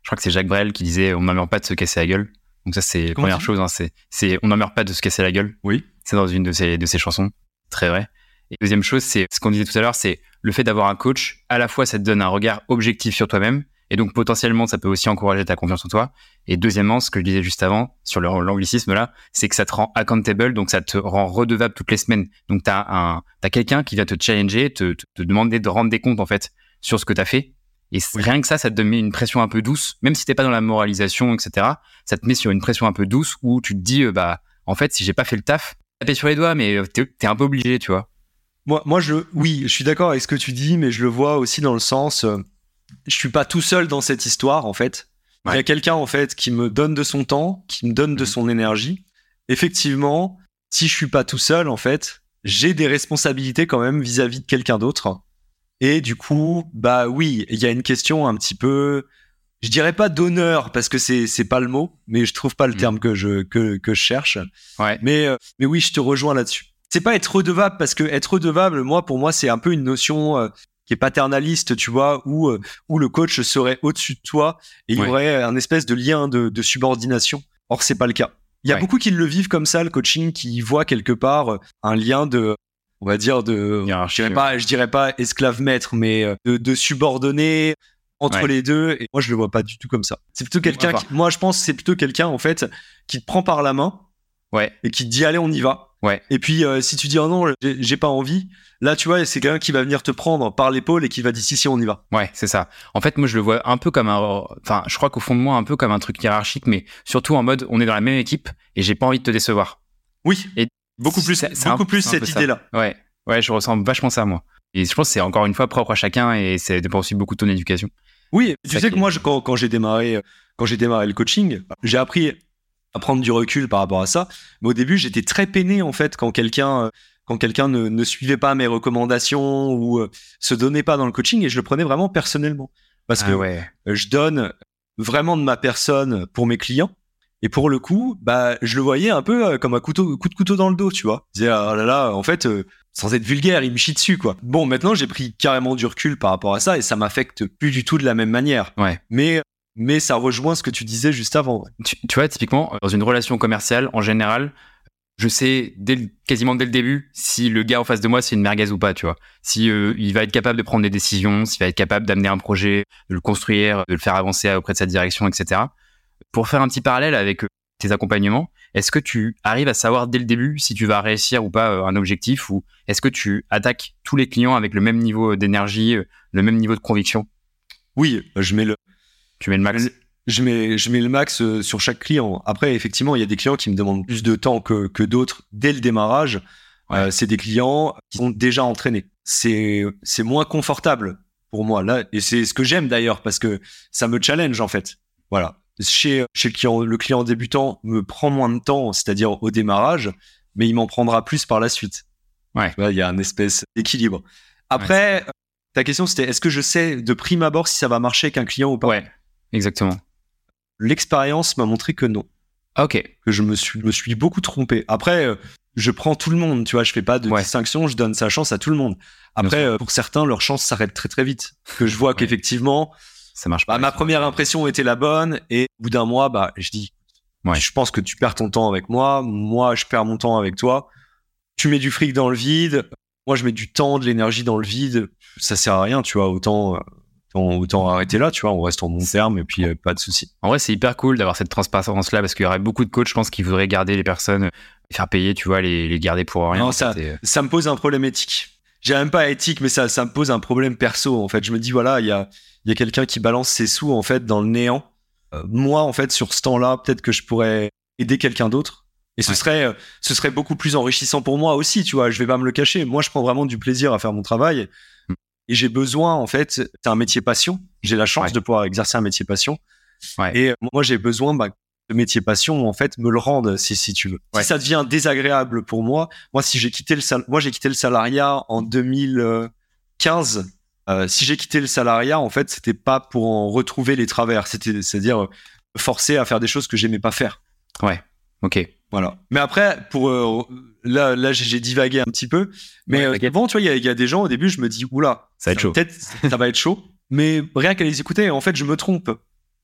[SPEAKER 1] Je crois que c'est Jacques Brel qui disait on n'en meurt pas de se casser la gueule. Donc ça c'est la
[SPEAKER 2] Comment
[SPEAKER 1] première
[SPEAKER 2] tu dis
[SPEAKER 1] chose, hein, c'est, c'est on n'en meurt pas de se casser la gueule.
[SPEAKER 2] Oui.
[SPEAKER 1] C'est dans une de ses, de ses chansons, très vrai. Et deuxième chose, c'est ce qu'on disait tout à l'heure, c'est le fait d'avoir un coach, à la fois ça te donne un regard objectif sur toi-même, et donc potentiellement ça peut aussi encourager ta confiance en toi. Et deuxièmement, ce que je disais juste avant, sur le, l'anglicisme là, c'est que ça te rend accountable, donc ça te rend redevable toutes les semaines. Donc t'as un, t'as quelqu'un qui vient te challenger, te, te, te demander de rendre des comptes en fait sur ce que t'as fait. Et
[SPEAKER 2] Oui.
[SPEAKER 1] rien que ça, ça te met une pression un peu douce, même si t'es pas dans la moralisation, et cetera. Ça te met sur une pression un peu douce où tu te dis, euh, bah, en fait, si j'ai pas fait le taf, taper sur les doigts, mais t'es, t'es un peu obligé, tu vois.
[SPEAKER 2] Moi, moi je, oui, je suis d'accord avec ce que tu dis, mais je le vois aussi dans le sens, euh, je suis pas tout seul dans cette histoire, en fait. Ouais. Il y a quelqu'un, en fait, qui me donne de son temps, qui me donne de son énergie. Effectivement, si je suis pas tout seul, en fait, j'ai des responsabilités quand même vis-à-vis de quelqu'un d'autre. Et du coup, bah oui, il y a une question un petit peu, je dirais pas d'honneur parce que c'est c'est pas le mot, mais je trouve pas le mmh. terme que je que que je cherche.
[SPEAKER 1] Ouais.
[SPEAKER 2] Mais euh, mais oui, je te rejoins là-dessus. C'est pas être redevable parce que être redevable, moi pour moi c'est un peu une notion euh, qui est paternaliste, tu vois, où euh, où le coach serait au-dessus de toi et il y ouais. aurait un espèce de lien de, de subordination. Or c'est pas le cas. Il y a ouais. beaucoup qui le vivent comme ça, le coaching, qui voient quelque part un lien de, on va dire de, je dirais pas, je dirais pas esclave maître, mais de, de subordonné entre ouais. les deux. Et moi je le vois pas du tout comme ça. C'est plutôt quelqu'un, enfin. qui, moi je pense que c'est plutôt quelqu'un en fait qui te prend par la main.
[SPEAKER 1] Ouais.
[SPEAKER 2] Et qui te dit allez on y va.
[SPEAKER 1] Ouais.
[SPEAKER 2] Et puis euh, si tu dis oh non j'ai, j'ai pas envie, là tu vois c'est quelqu'un qui va venir te prendre par l'épaule et qui va dire si si on y va.
[SPEAKER 1] Ouais, c'est ça. En fait moi je le vois un peu comme un, enfin je crois qu'au fond de moi un peu comme un truc hiérarchique, mais surtout en mode on est dans la même équipe et j'ai pas envie de te décevoir.
[SPEAKER 2] Oui. Et beaucoup plus, c'est, c'est beaucoup un, plus c'est cette idée là.
[SPEAKER 1] Ouais. Ouais, je ressens vachement ça moi. Et je pense que c'est encore une fois propre à chacun et ça dépend aussi beaucoup de ton éducation.
[SPEAKER 2] Oui. Tu sais que est... moi je, quand quand j'ai démarré quand j'ai démarré le coaching, j'ai appris à prendre du recul par rapport à ça. Mais au début, j'étais très peiné en fait quand quelqu'un, quand quelqu'un ne, ne suivait pas mes recommandations ou euh, se donnait pas dans le coaching et je le prenais vraiment personnellement parce
[SPEAKER 1] ah
[SPEAKER 2] que
[SPEAKER 1] ouais.
[SPEAKER 2] je donne vraiment de ma personne pour mes clients et pour le coup, bah je le voyais un peu comme un couteau, coup de couteau dans le dos, tu vois. Je disais ah là là, en fait, euh, sans être vulgaire, il me chie dessus quoi. Bon, maintenant j'ai pris carrément du recul par rapport à ça et ça m'affecte plus du tout de la même manière.
[SPEAKER 1] Ouais.
[SPEAKER 2] Mais Mais ça rejoint ce que tu disais juste avant. Ouais.
[SPEAKER 1] Tu, tu vois, typiquement, dans une relation commerciale, en général, je sais dès le, quasiment dès le début si le gars en face de moi, c'est une merguez ou pas, tu vois. Si euh, il va être capable de prendre des décisions, s'il va être capable d'amener un projet, de le construire, de le faire avancer auprès de sa direction, et cetera. Pour faire un petit parallèle avec euh, tes accompagnements, est-ce que tu arrives à savoir dès le début si tu vas réussir ou pas euh, un objectif, ou est-ce que tu attaques tous les clients avec le même niveau d'énergie, euh, le même niveau de conviction ?
[SPEAKER 2] Oui, je mets le
[SPEAKER 1] Tu mets le max.
[SPEAKER 2] Je mets, je mets le max euh, sur chaque client. Après, effectivement, il y a des clients qui me demandent plus de temps que, que d'autres dès le démarrage. Ouais. Euh, c'est des clients qui sont déjà entraînés. C'est, c'est moins confortable pour moi là, et c'est ce que j'aime d'ailleurs parce que ça me challenge en fait. Voilà. Chez, chez le client, le client débutant me prend moins de temps, c'est-à-dire au démarrage, mais il m'en prendra plus par la suite.
[SPEAKER 1] Ouais.
[SPEAKER 2] Là, il y a un espèce d'équilibre. Après, ouais, ta question c'était est-ce que je sais de prime abord si ça va marcher avec un client ou pas ?
[SPEAKER 1] Ouais. Exactement.
[SPEAKER 2] L'expérience m'a montré que non.
[SPEAKER 1] Ok.
[SPEAKER 2] Que je me suis, me suis beaucoup trompé. Après, euh, je prends tout le monde, tu vois, je fais pas de
[SPEAKER 1] ouais.
[SPEAKER 2] distinction, je donne sa chance à tout le monde. Après, euh, pour certains, leur chance s'arrête très très vite. Que je vois ouais. qu'effectivement,
[SPEAKER 1] ça marche pas.
[SPEAKER 2] Bah, ma première impression était la bonne et au bout d'un mois, bah, je dis, ouais. je pense que tu perds ton temps avec moi, moi, je perds mon temps avec toi. Tu mets du fric dans le vide, moi, je mets du temps, de l'énergie dans le vide. Ça sert à rien, tu vois, autant... Euh, autant arrêter là, tu vois, on reste en bon terme et puis euh, pas de souci.
[SPEAKER 1] En vrai, c'est hyper cool d'avoir cette transparence-là parce qu'il y aurait beaucoup de coachs, je pense, qui voudraient garder les personnes, les faire payer, tu vois, les, les garder pour rien.
[SPEAKER 2] Non, ça, et... ça me pose un problème éthique. J'ai même pas éthique, mais ça, ça me pose un problème perso, en fait. Je me dis, voilà, il y a, il y a quelqu'un qui balance ses sous, en fait, dans le néant. Euh, moi, en fait, sur ce temps-là, peut-être que je pourrais aider quelqu'un d'autre. Et ce ouais. serait, euh, ce serait beaucoup plus enrichissant pour moi aussi, tu vois. Je vais pas me le cacher. Moi, je prends vraiment du plaisir à faire mon travail. Et j'ai besoin, en fait, c'est un métier passion. J'ai la chance ouais. de pouvoir exercer un métier passion. Ouais. Et moi, j'ai besoin bah, de métier passion, en fait, me le rende, si, si tu veux. Ouais. Si ça devient désagréable pour moi, moi, si j'ai quitté le sal- moi, j'ai quitté le salariat en deux mille quinze. Euh, si j'ai quitté le salariat, en fait, c'était pas pour en retrouver les travers. C'était, c'est-à-dire euh, me forcer à faire des choses que j'aimais pas faire.
[SPEAKER 1] Ouais. Ok.
[SPEAKER 2] Voilà. Mais après, pour euh, là, là, j'ai divagué un petit peu. Mais ouais, euh, bon, tu vois, il y, y a des gens au début, je me dis, oula,
[SPEAKER 1] ça va être chaud.
[SPEAKER 2] Peut-être, ça va être chaud. Mais rien qu'à les écouter, en fait, je me trompe.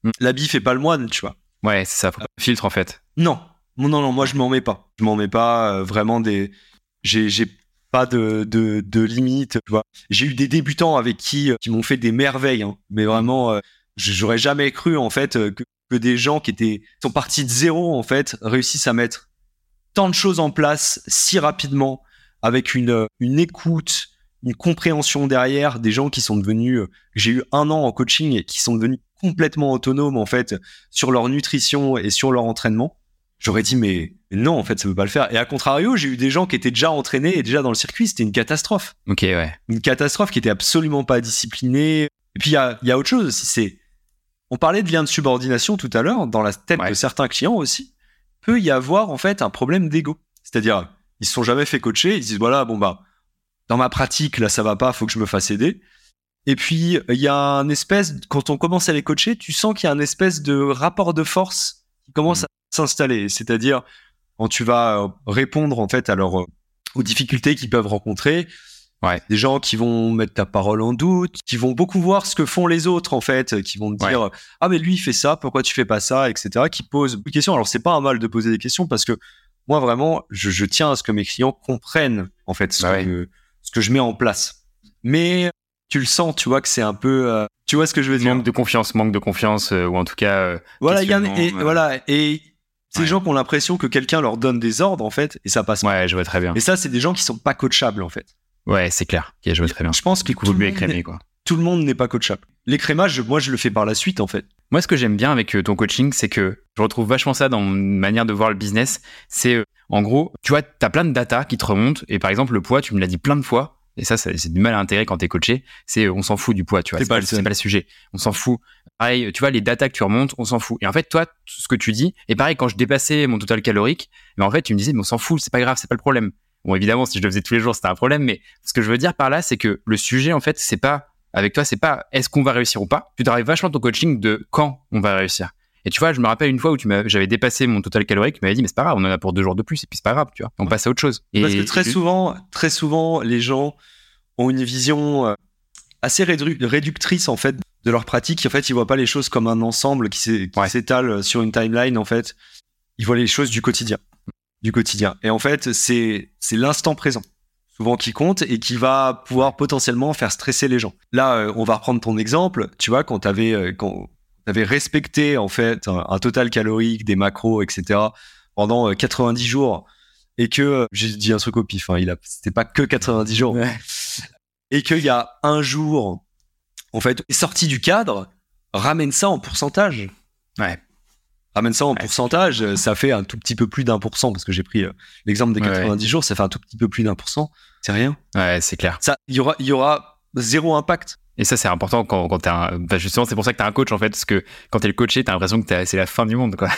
[SPEAKER 1] Mm.
[SPEAKER 2] L'habit fait pas le moine, tu vois.
[SPEAKER 1] Ouais, c'est ça, faut pas de filtre en fait.
[SPEAKER 2] Non, non, non, non, moi je m'en mets pas. Je m'en mets pas euh, vraiment des. J'ai, j'ai pas de, de, de limite, tu vois. J'ai eu des débutants avec qui, qui m'ont fait des merveilles, hein. Mais vraiment, euh, j'aurais jamais cru en fait que, que des gens qui étaient sont partis de zéro en fait réussissent à mettre tant de choses en place si rapidement avec une, une écoute, une compréhension derrière, des gens qui sont devenus. J'ai eu un an en coaching et qui sont devenus complètement autonomes en fait sur leur nutrition et sur leur entraînement. J'aurais dit mais non en fait ça peut pas le faire. Et à contrario j'ai eu des gens qui étaient déjà entraînés et déjà dans le circuit, c'était une catastrophe.
[SPEAKER 1] Ok, ouais.
[SPEAKER 2] Une catastrophe qui était absolument pas disciplinée. Et puis il y a, y a autre chose aussi, c'est on parlait de lien de subordination tout à l'heure dans la tête ouais. de certains clients aussi. Peut y avoir en fait un problème d'ego. C'est-à-dire ils se sont jamais fait coacher, ils disent voilà bon bah dans ma pratique là ça va pas, faut que je me fasse aider. Et puis il y a un espèce quand on commence à les coacher, tu sens qu'il y a un espèce de rapport de force qui commence mmh. à s'installer, c'est-à-dire quand tu vas répondre en fait à leur, aux difficultés qu'ils peuvent rencontrer,
[SPEAKER 1] ouais.
[SPEAKER 2] des gens qui vont mettre ta parole en doute, qui vont beaucoup voir ce que font les autres en fait, qui vont te dire ouais. ah mais lui il fait ça, pourquoi tu fais pas ça, et cetera. Qui posent beaucoup de questions. Alors c'est pas un mal de poser des questions parce que moi vraiment je, je tiens à ce que mes clients comprennent en fait ce, bah que, ouais. ce que je mets en place. Mais tu le sens, tu vois que c'est un peu, euh, tu vois ce que je veux dire.
[SPEAKER 1] Manque de confiance, manque de confiance, euh, ou en tout cas. Euh,
[SPEAKER 2] voilà, il y a et
[SPEAKER 1] euh...
[SPEAKER 2] voilà et ces ouais. gens qui ont l'impression que quelqu'un leur donne des ordres en fait et ça passe pas.
[SPEAKER 1] Ouais, je vois très bien.
[SPEAKER 2] Et ça, c'est des gens qui sont pas coachables en fait.
[SPEAKER 1] Ouais, c'est clair. Okay, je vois très bien.
[SPEAKER 2] Je pense que
[SPEAKER 1] tout, le écrémé, quoi.
[SPEAKER 2] tout le monde n'est pas coachable. L'écrémage, moi, je le fais par la suite en fait.
[SPEAKER 1] Moi, ce que j'aime bien avec ton coaching, c'est que je retrouve vachement ça dans une manière de voir le business. C'est euh, en gros, tu vois, t'as plein de data qui te remontent et par exemple le poids, tu me l'as dit plein de fois. Et ça, c'est du mal à intégrer quand t'es coaché. C'est, on s'en fout du poids, tu vois.
[SPEAKER 2] C'est,
[SPEAKER 1] c'est,
[SPEAKER 2] pas,
[SPEAKER 1] pas,
[SPEAKER 2] le
[SPEAKER 1] c'est pas le sujet. On s'en fout. Pareil, tu vois, les datas que tu remontes, on s'en fout. Et en fait, toi, ce que tu dis, et pareil, quand je dépassais mon total calorique, mais en fait, tu me disais, mais on s'en fout, c'est pas grave, c'est pas le problème. Bon, évidemment, si je le faisais tous les jours, c'était un problème. Mais ce que je veux dire par là, c'est que le sujet, en fait, c'est pas, avec toi, c'est pas est-ce qu'on va réussir ou pas. Tu t'arrives vachement ton coaching de quand on va réussir. Et tu vois, je me rappelle une fois où tu m'as, j'avais dépassé mon total calorique, tu m'avais dit, mais c'est pas grave, on en a pour deux jours de plus, et puis c'est pas grave, tu vois. On passe à autre chose. Et
[SPEAKER 2] parce que très souvent, très souvent, les gens ont une vision assez rédu- réductrice en fait de leur pratique. En fait, ils voient pas les choses comme un ensemble qui, s'é- qui ouais. s'étale sur une timeline. En fait, ils voient les choses du quotidien, du quotidien. Et en fait, c'est c'est l'instant présent souvent qui compte et qui va pouvoir potentiellement faire stresser les gens. Là, euh, on va reprendre ton exemple. Tu vois, quand t'avais euh, quand t'avais respecté en fait un, un total calorique, des macros, et cetera pendant euh, quatre-vingt-dix jours. Et que, euh, j'ai dit un truc au pif, hein, il a, c'était pas que quatre-vingt-dix jours. Ouais. Et qu'il y a un jour, en fait, est sorti du cadre, ramène ça en pourcentage.
[SPEAKER 1] Ouais.
[SPEAKER 2] Ramène ça en
[SPEAKER 1] ouais.
[SPEAKER 2] pourcentage, ça fait un tout petit peu plus d'un pour cent, parce que j'ai pris euh, l'exemple des quatre-vingt-dix ouais. jours, ça fait un tout petit peu plus d'un pour cent. C'est rien.
[SPEAKER 1] Ouais, c'est clair.
[SPEAKER 2] Ça, il y aura, il y aura zéro impact.
[SPEAKER 1] Et ça, c'est important quand, quand t'es un, bah justement, c'est pour ça que t'es un coach, en fait, parce que quand t'es le coaché, t'as l'impression que t'as, c'est la fin du monde, quoi.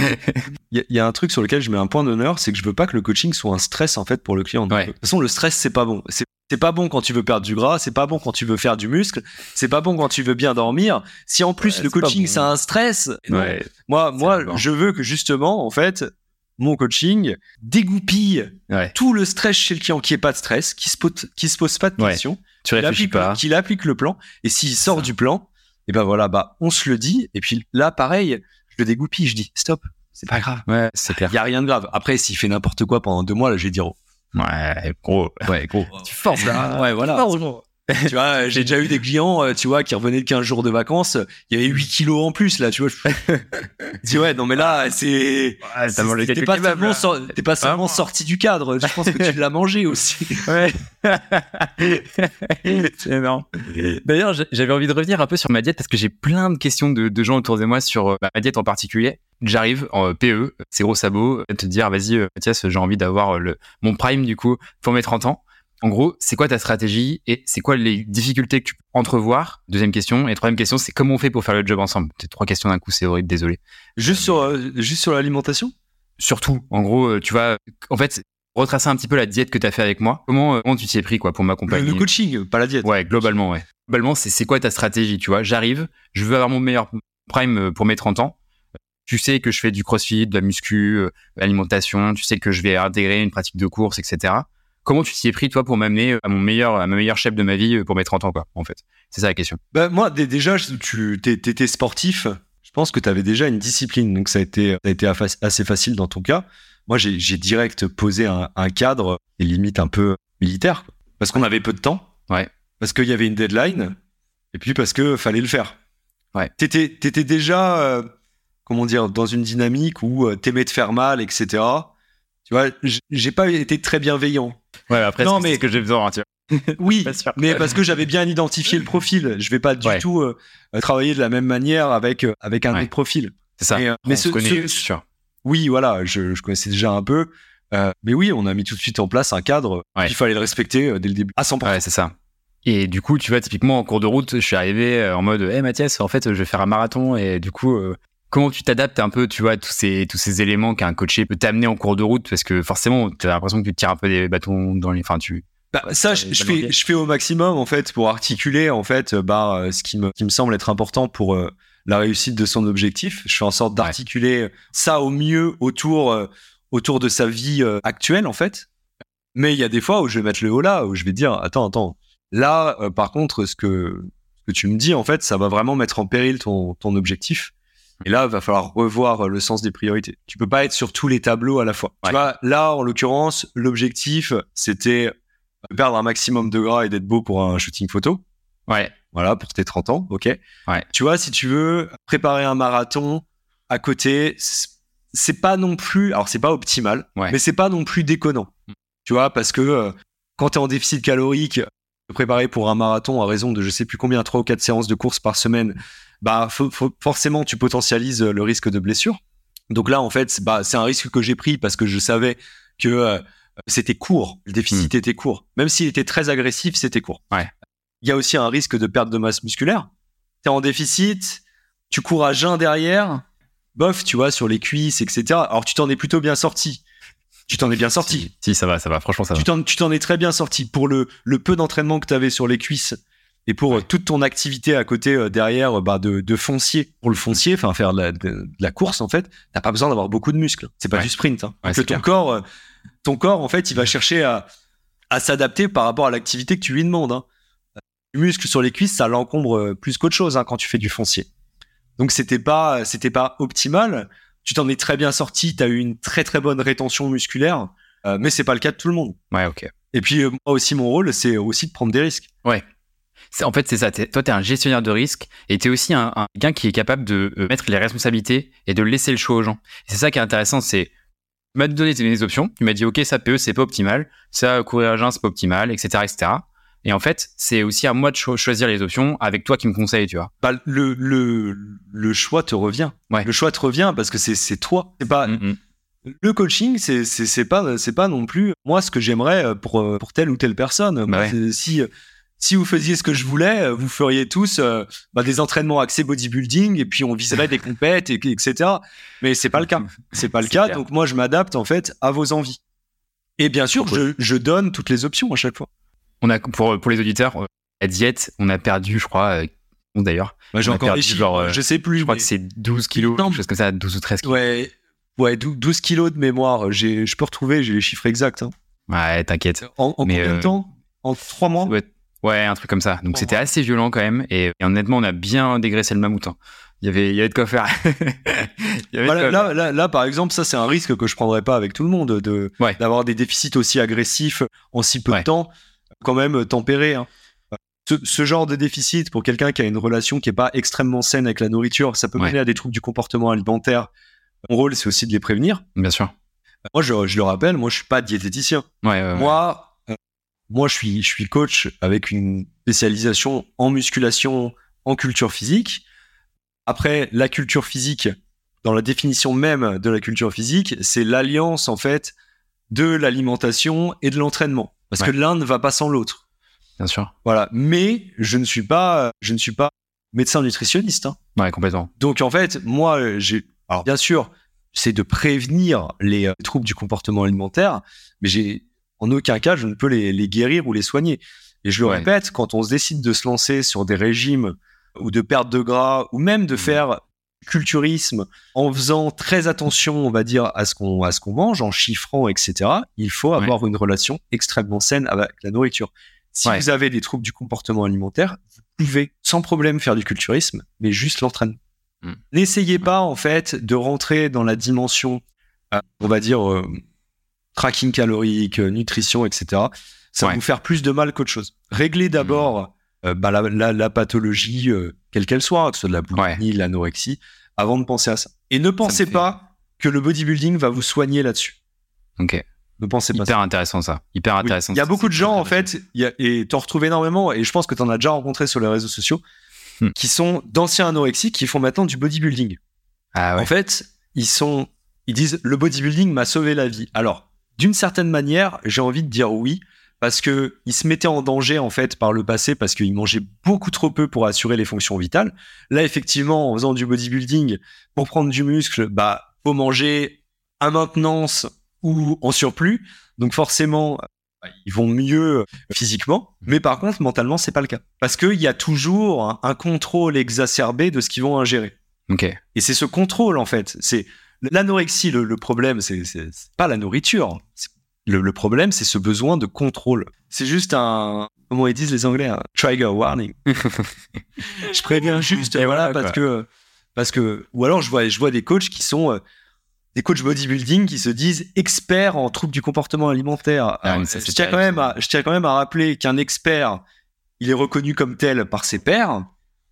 [SPEAKER 2] Il y, y a un truc sur lequel je mets un point d'honneur, c'est que je veux pas que le coaching soit un stress, en fait, pour le client.
[SPEAKER 1] Ouais.
[SPEAKER 2] De toute façon, le stress, c'est pas bon. C'est, c'est pas bon quand tu veux perdre du gras, c'est pas bon quand tu veux faire du muscle, c'est pas bon quand tu veux bien dormir. Si en plus, ouais, le coaching, bon. c'est un stress, non.
[SPEAKER 1] Ouais.
[SPEAKER 2] moi, moi, bon. je veux que justement, en fait, mon coaching dégoupille ouais. tout le stress chez le client, qu'il n'y ait pas de stress, qu'il se pose, qu'il se pose pas de questions. Ouais.
[SPEAKER 1] Tu réfléchis
[SPEAKER 2] qu'il applique,
[SPEAKER 1] pas.
[SPEAKER 2] Qu'il applique le plan. Et s'il sort du plan, et ben voilà, bah, on se le dit. Et puis là, pareil, je le dégoupille, je dis stop, c'est pas grave.
[SPEAKER 1] Ouais, c'est clair.
[SPEAKER 2] Il y a rien de grave. Après, s'il fait n'importe quoi pendant deux mois, là, je vais dire oh.
[SPEAKER 1] Ouais, gros.
[SPEAKER 2] Ouais, gros.
[SPEAKER 1] Tu forces là.
[SPEAKER 2] Ouais, voilà.
[SPEAKER 1] Tu forces,
[SPEAKER 2] tu vois, j'ai déjà eu des clients, tu vois, qui revenaient de quinze jours de vacances. Il y avait huit kilos en plus, là, tu vois. Je... tu vois, non, mais là, c'est. Ouais,
[SPEAKER 1] t'as mangé
[SPEAKER 2] t'es, pas seulement, sor... t'es pas seulement sorti du cadre. Je pense que tu l'as mangé aussi.
[SPEAKER 1] Ouais. C'est énorme. D'ailleurs, j'avais envie de revenir un peu sur ma diète parce que j'ai plein de questions de, de gens autour de moi sur bah, ma diète en particulier. J'arrive en P E, c'est gros sabot, te dire, vas-y, Mathias, j'ai envie d'avoir le, mon prime, du coup, pour mes trente ans. En gros, c'est quoi ta stratégie et c'est quoi les difficultés que tu peux entrevoir? Deuxième question. Et troisième question, c'est comment on fait pour faire le job ensemble? C'est trois questions d'un coup, c'est horrible, désolé.
[SPEAKER 2] Juste sur, euh, juste sur l'alimentation?
[SPEAKER 1] Surtout. En gros, tu vois, en fait, retracer un petit peu la diète que tu as fait avec moi. Comment, comment tu t'y es pris, quoi, pour m'accompagner?
[SPEAKER 2] Le, le coaching, pas la diète.
[SPEAKER 1] Ouais, globalement, ouais. Globalement, c'est, c'est quoi ta stratégie, tu vois? J'arrive, je veux avoir mon meilleur prime pour mes trente ans. Tu sais que je fais du crossfit, de la muscu, euh, alimentation. Tu sais que je vais intégrer une pratique de course, et cetera. Comment tu t'y es pris, toi, pour m'amener à mon meilleur, à ma meilleure shape de ma vie pour mes trente ans, quoi, en fait? C'est ça la question.
[SPEAKER 2] Bah, moi, d- déjà, tu t'es, t'étais sportif. Je pense que tu avais déjà une discipline, donc ça a été, ça a été assez facile dans ton cas. Moi, j'ai, j'ai direct posé un, un cadre, et limite un peu militaire, quoi. Parce qu'on avait peu de temps,
[SPEAKER 1] ouais.
[SPEAKER 2] Parce qu'il y avait une deadline, et puis parce qu'il fallait le faire.
[SPEAKER 1] Ouais.
[SPEAKER 2] T'étais, t'étais déjà, euh, comment dire, dans une dynamique où euh, t'aimais te faire mal, et cetera. Tu vois, j'ai pas été très bienveillant.
[SPEAKER 1] Ouais, après, non, c'est, mais... c'est ce que j'ai besoin, tu vois.
[SPEAKER 2] Oui, mais parce que j'avais bien identifié le profil. Je vais pas du ouais. tout euh, travailler de la même manière avec, euh, avec un ouais. autre profil.
[SPEAKER 1] C'est ça.
[SPEAKER 2] Mais, euh, mais
[SPEAKER 1] on
[SPEAKER 2] ce,
[SPEAKER 1] se connaît,
[SPEAKER 2] ce,
[SPEAKER 1] c'est sûr.
[SPEAKER 2] Oui, voilà, je, je connaissais déjà un peu. Euh, mais oui, on a mis tout de suite en place un cadre. Ouais. Il fallait le respecter euh, dès le début, à cent pour cent.
[SPEAKER 1] Ouais, c'est ça. Et du coup, tu vois, typiquement, en cours de route, je suis arrivé euh, en mode « Hey Mathias, en fait, je vais faire un marathon. » Et du coup, euh, comment tu t'adaptes un peu, tu vois, tous ces, tous ces éléments qu'un coaché peut t'amener en cours de route? Parce que forcément, tu as l'impression que tu te tires un peu des bâtons dans les... Enfin, tu...
[SPEAKER 2] Bah, ça, je, je, fais, je fais au maximum, en fait, pour articuler, en fait, bah, ce qui me, qui me semble être important pour euh, la réussite de son objectif. Je fais en sorte d'articuler ouais. ça au mieux autour, euh, autour de sa vie euh, actuelle, en fait. Mais il y a des fois où je vais mettre le haut là, où je vais dire, attends, attends, là, euh, par contre, ce que, ce que tu me dis, en fait, ça va vraiment mettre en péril ton, ton objectif. Et là, il va falloir revoir le sens des priorités. Tu peux pas être sur tous les tableaux à la fois. Ouais. Tu vois, là, en l'occurrence, l'objectif, c'était de perdre un maximum de gras et d'être beau pour un shooting photo.
[SPEAKER 1] Ouais.
[SPEAKER 2] Voilà, pour tes trente ans, ok.
[SPEAKER 1] Ouais.
[SPEAKER 2] Tu vois, si tu veux préparer un marathon à côté, c'est pas non plus, alors c'est pas optimal, ouais. mais c'est pas non plus déconnant. Mm. Tu vois, parce que euh, quand t'es en déficit calorique, préparer pour un marathon à raison de je sais plus combien, trois ou quatre séances de course par semaine, bah faut, faut, forcément tu potentialises le risque de blessure. Donc là, en fait, bah, c'est un risque que j'ai pris parce que je savais que euh, c'était court, le déficit mmh. était court. Même s'il était très agressif, c'était court.
[SPEAKER 1] Ouais.
[SPEAKER 2] Il y a aussi un risque de perte de masse musculaire. T'es en déficit, tu cours à jeun derrière, bof, tu vois, sur les cuisses, et cetera. Alors tu t'en es plutôt bien sorti. Tu t'en es bien sorti.
[SPEAKER 1] Si, si ça va, ça va, franchement, ça
[SPEAKER 2] tu
[SPEAKER 1] va.
[SPEAKER 2] T'en, tu t'en es très bien sorti. Pour le, le peu d'entraînement que tu avais sur les cuisses et pour ouais. euh, toute ton activité à côté euh, derrière bah, de, de foncier. Pour le foncier, enfin faire de la, de, de la course, en fait, t'as pas besoin d'avoir beaucoup de muscles. C'est pas ouais. du sprint. Hein.
[SPEAKER 1] Ouais,
[SPEAKER 2] Donc, ton corps, euh, ton corps, en fait, il va chercher à, à s'adapter par rapport à l'activité que tu lui demandes. Hein. Du muscle sur les cuisses, ça l'encombre plus qu'autre chose hein, quand tu fais du foncier. Donc c'était pas, c'était pas optimal. Tu t'en es très bien sorti. T'as eu une très très bonne rétention musculaire. Euh, mais c'est pas le cas de tout le monde.
[SPEAKER 1] Ouais, ok.
[SPEAKER 2] Et puis euh, moi aussi, mon rôle, c'est aussi de prendre des risques.
[SPEAKER 1] Ouais. C'est, en fait, c'est ça. T'es, toi, t'es un gestionnaire de risques et t'es aussi un, un gars qui est capable de euh, mettre les responsabilités et de laisser le choix aux gens. Et c'est ça qui est intéressant, c'est tu m'as donné des options. Tu m'as dit, ok, ça P E, c'est pas optimal. Ça, courir à jeun, c'est pas optimal, et cetera, et cetera. Et en fait, c'est aussi à moi de cho- choisir les options avec toi qui me conseille, tu vois.
[SPEAKER 2] Bah, le le le choix te revient.
[SPEAKER 1] Ouais.
[SPEAKER 2] Le choix te revient parce que c'est c'est toi. C'est pas.
[SPEAKER 1] Mm-hmm.
[SPEAKER 2] Le coaching, c'est, c'est, c'est pas, c'est pas non plus moi ce que j'aimerais pour, pour telle ou telle personne.
[SPEAKER 1] Bah ouais.
[SPEAKER 2] Si, si vous faisiez ce que je voulais, vous feriez tous euh, bah, des entraînements axés bodybuilding et puis on viserait des compètes, et, et cetera. Mais c'est pas le cas. C'est pas le c'est cas. Clair. Donc moi, je m'adapte en fait à vos envies. Et bien sûr, je, je donne toutes les options à chaque fois.
[SPEAKER 1] On a, pour, pour les auditeurs, la diète, on a perdu, je crois, euh, d'ailleurs.
[SPEAKER 2] Bah, j'ai encore des chiffres, genre, euh,
[SPEAKER 1] je sais plus. Je crois mais... que c'est douze kilos, quelque chose comme ça, douze ou treize kilos.
[SPEAKER 2] Ouais. Ouais, douze kilos de mémoire. J'ai, je peux retrouver, j'ai les chiffres exacts. Hein.
[SPEAKER 1] Ouais, t'inquiète.
[SPEAKER 2] En, en
[SPEAKER 1] mais
[SPEAKER 2] combien
[SPEAKER 1] euh,
[SPEAKER 2] de temps? En trois mois?
[SPEAKER 1] Ouais, ouais, un truc comme ça. Donc c'était mois. assez violent quand même. Et, et honnêtement, on a bien dégraissé le mammouth. Hein. Il y avait, il y avait de quoi faire. y avait
[SPEAKER 2] bah,
[SPEAKER 1] de quoi
[SPEAKER 2] là,
[SPEAKER 1] faire.
[SPEAKER 2] Là, là, par exemple, ça c'est un risque que je prendrais pas avec tout le monde, de
[SPEAKER 1] ouais.
[SPEAKER 2] d'avoir des déficits aussi agressifs en si peu ouais. de temps, quand même tempérés. Hein. Ce, ce genre de déficit pour quelqu'un qui a une relation qui est pas extrêmement saine avec la nourriture, ça peut ouais. mener à des troubles du comportement alimentaire. Mon rôle, c'est aussi de les prévenir.
[SPEAKER 1] Bien sûr.
[SPEAKER 2] Moi, je, je le rappelle, moi, je suis pas diététicien.
[SPEAKER 1] Ouais, ouais,
[SPEAKER 2] moi, ouais. Euh, moi, je suis, je suis coach avec une spécialisation en musculation, en culture physique. Après, la culture physique, dans la définition même de la culture physique, c'est l'alliance, en fait, de l'alimentation et de l'entraînement. Parce ouais. que l'un ne va pas sans l'autre.
[SPEAKER 1] Bien sûr.
[SPEAKER 2] Voilà. Mais je ne suis pas, je ne suis pas médecin nutritionniste. Hein.
[SPEAKER 1] Ouais, complètement.
[SPEAKER 2] Donc, en fait, moi, j'ai, alors bien sûr, c'est de prévenir les euh, troubles du comportement alimentaire, mais j'ai en aucun cas je ne peux les, les guérir ou les soigner. Et je le ouais. répète, quand on se décide de se lancer sur des régimes ou de perte de gras ou même de mmh. faire du culturisme en faisant très attention, on va dire, à ce qu'on à ce qu'on mange, en chiffrant, et cetera, il faut avoir ouais. une relation extrêmement saine avec la nourriture. Si ouais. vous avez des troubles du comportement alimentaire, vous pouvez sans problème faire du culturisme, mais juste l'entraînement.
[SPEAKER 1] Mm.
[SPEAKER 2] N'essayez pas, en fait, de rentrer dans la dimension, euh, on va dire, euh, tracking calorique, euh, nutrition, et cetera. Ça
[SPEAKER 1] Ouais.
[SPEAKER 2] va vous faire plus de mal qu'autre chose. Réglez d'abord mm. euh, bah, la, la, la pathologie, euh, quelle qu'elle soit, que ce soit de la boulimie, ouais. l'anorexie, avant de penser à ça. Et ne pensez fait... pas que le bodybuilding va vous soigner là-dessus.
[SPEAKER 1] Ok.
[SPEAKER 2] Ne pensez pas
[SPEAKER 1] Hyper
[SPEAKER 2] ça.
[SPEAKER 1] intéressant ça. Hyper intéressant.
[SPEAKER 2] Oui. Il y a beaucoup de gens, en fait, y a, et t'en retrouves énormément, et je pense que t'en as déjà rencontré sur les réseaux sociaux, hmm. qui sont d'anciens anorexiques qui font maintenant du bodybuilding.
[SPEAKER 1] Ah ouais.
[SPEAKER 2] En fait, ils sont, ils disent le bodybuilding m'a sauvé la vie. Alors, d'une certaine manière, j'ai envie de dire oui, parce que ils se mettaient en danger en fait par le passé parce qu'ils mangeaient beaucoup trop peu pour assurer les fonctions vitales. Là, effectivement, en faisant du bodybuilding pour prendre du muscle, bah faut manger à maintenance ou en surplus. Donc forcément, ils vont mieux physiquement, mais par contre mentalement, c'est pas le cas parce qu'il y a toujours un, un contrôle exacerbé de ce qu'ils vont ingérer.
[SPEAKER 1] Ok.
[SPEAKER 2] Et c'est ce contrôle en fait. C'est l'anorexie. Le, le problème, c'est, c'est, c'est pas la nourriture. C'est Le, le problème, c'est ce besoin de contrôle. C'est juste un, comment ils disent les Anglais, un trigger warning. Je préviens juste, et voilà, parce quoi. que, parce que, ou alors je vois, je vois des coachs qui sont euh, des coachs bodybuilding qui se disent experts en troubles du comportement alimentaire.
[SPEAKER 1] Ah,
[SPEAKER 2] alors,
[SPEAKER 1] ça,
[SPEAKER 2] je tiens quand même à, je tiens quand même à rappeler qu'un expert, il est reconnu comme tel par ses pairs.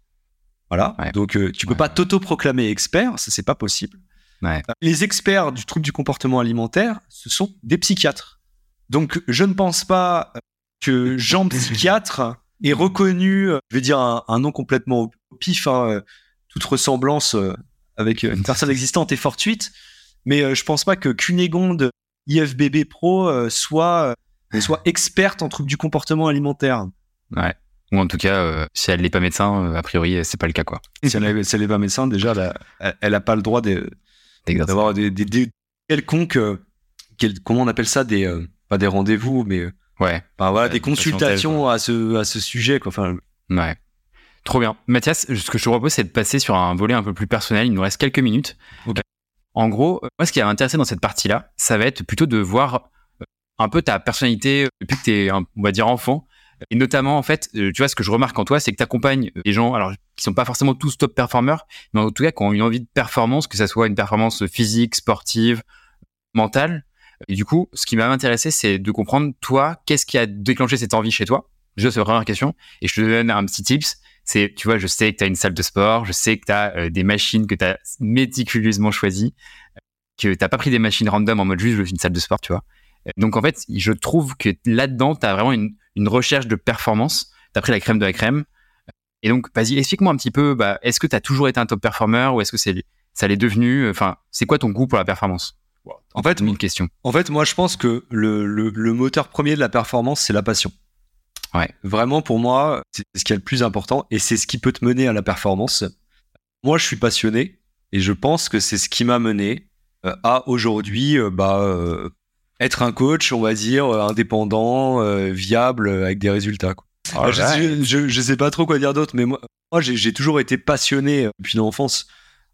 [SPEAKER 2] Voilà. Ouais. Donc euh, tu peux ouais, pas ouais. t'auto-proclamer expert, ça c'est pas possible.
[SPEAKER 1] Ouais.
[SPEAKER 2] Les experts du trouble du comportement alimentaire, ce sont des psychiatres. Donc, je ne pense pas que Jean psychiatre ait reconnu, je vais dire un, un nom complètement au pif, hein, toute ressemblance avec une personne existante est fortuite, mais je pense pas que Cunégonde I F B B Pro soit, soit experte en trouble du comportement alimentaire.
[SPEAKER 1] Ouais. Ou en tout cas, euh, si elle n'est pas médecin, euh, a priori, c'est pas le cas, quoi.
[SPEAKER 2] Si elle n'est si pas médecin, déjà, elle n'a pas le droit de... d'avoir des, des, des quelconques euh, quel, comment on appelle ça des euh, pas des rendez-vous mais euh,
[SPEAKER 1] ouais
[SPEAKER 2] enfin, voilà des consultations à ce à ce sujet quoi. Enfin
[SPEAKER 1] ouais, trop bien. Mathias, ce que je te propose, c'est de passer sur un volet un peu plus personnel. Il nous reste quelques minutes.
[SPEAKER 2] Okay.
[SPEAKER 1] En gros, moi, ce qui va m'intéresser dans cette partie-là, ça va être plutôt de voir un peu ta personnalité depuis que t'es, on va dire, enfant. Et notamment, en fait, tu vois, ce que je remarque en toi, c'est que tu accompagnes des gens, alors, qui sont pas forcément tous top performeurs, mais en tout cas, qui ont une envie de performance, que ça soit une performance physique, sportive, mentale. Et du coup, ce qui m'a intéressé, c'est de comprendre, toi, qu'est-ce qui a déclenché cette envie chez toi? Déjà, c'est la première question. Et je te donne un petit tips. C'est, tu vois, je sais que tu as une salle de sport, je sais que tu as euh, des machines que tu as méticuleusement choisies, que tu n'as pas pris des machines random en mode juste, je veux une salle de sport, tu vois. Donc, en fait, je trouve que là-dedans, tu as vraiment une, une recherche de performance. Tu as pris la crème de la crème. Et donc, vas-y, explique-moi un petit peu, bah, est-ce que tu as toujours été un top performeur ou est-ce que c'est, ça l'est devenu? Enfin, c'est quoi ton goût pour la performance? Wow,
[SPEAKER 2] en fait,
[SPEAKER 1] mille questions.
[SPEAKER 2] En fait, moi, je pense que le, le, le moteur premier de la performance, c'est la passion.
[SPEAKER 1] Ouais.
[SPEAKER 2] Vraiment, pour moi, c'est ce qui est le plus important et c'est ce qui peut te mener à la performance. Moi, je suis passionné et je pense que c'est ce qui m'a mené euh, à aujourd'hui, euh, bah, euh, être un coach, on va dire, indépendant, euh, viable, avec des résultats, quoi. Oh, je, je, je, je sais pas trop quoi dire d'autre, mais moi, moi j'ai, j'ai toujours été passionné depuis l'enfance.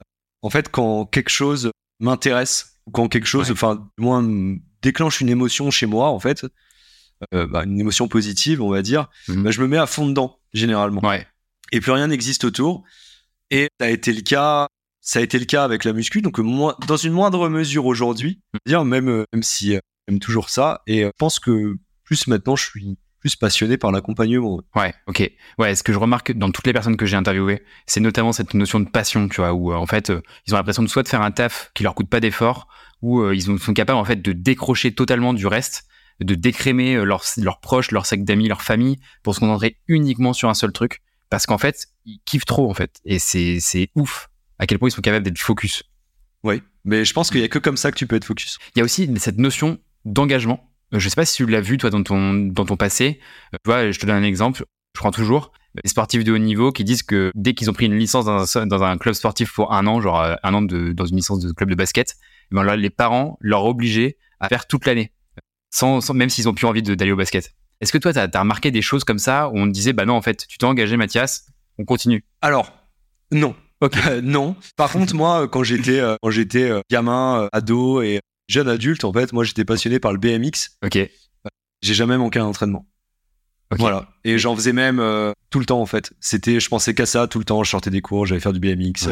[SPEAKER 2] En fait, quand quelque chose m'intéresse, quand quelque chose, enfin, ouais. du moins, déclenche une émotion chez moi, en fait, euh, bah, une émotion positive, on va dire, mmh. bah, je me mets à fond dedans, généralement.
[SPEAKER 1] Ouais.
[SPEAKER 2] Et plus rien n'existe autour. Et ça a été le cas, ça a été le cas avec la muscu, donc moi, dans une moindre mesure aujourd'hui, dire même, même si euh, j'aime toujours ça, et je pense que plus maintenant, je suis plus passionné par l'accompagnement.
[SPEAKER 1] Ouais, ok. Ouais, ce que je remarque dans toutes les personnes que j'ai interviewées, c'est notamment cette notion de passion, tu vois, où euh, en fait, euh, ils ont l'impression de soit de faire un taf qui leur coûte pas d'effort, ou euh, ils sont capables en fait de décrocher totalement du reste, de décrémer euh, leurs, leurs proches, leurs cercles d'amis, leur famille, pour se concentrer uniquement sur un seul truc, parce qu'en fait, ils kiffent trop en fait, et c'est c'est ouf à quel point ils sont capables d'être focus.
[SPEAKER 2] Oui, mais je pense qu'il y a que comme ça que tu peux être focus.
[SPEAKER 1] Il y a aussi cette notion d'engagement. Je sais pas si tu l'as vu toi dans ton dans ton passé. Tu vois, je te donne un exemple. Je prends toujours les sportifs de haut niveau qui disent que dès qu'ils ont pris une licence dans un, dans un club sportif pour un an, genre un an de dans une licence de club de basket, ben là, les parents leur obligeaient à faire toute l'année, sans, sans même s'ils ont plus envie de, d'aller au basket. Est-ce que toi t'as, t'as remarqué des choses comme ça où on te disait bah non en fait tu t'es engagé Mathias, on continue?
[SPEAKER 2] Alors non. Ok. Euh, non. Par contre moi quand j'étais euh, quand j'étais euh, gamin, euh, ado et jeune adulte, en fait, moi, j'étais passionné par le B M X.
[SPEAKER 1] Ok.
[SPEAKER 2] J'ai jamais manqué un entraînement. Okay. Voilà. Et j'en faisais même euh, tout le temps, en fait. C'était, je pensais qu'à ça tout le temps. Je sortais des cours, j'allais faire du B M X.
[SPEAKER 1] Ouais.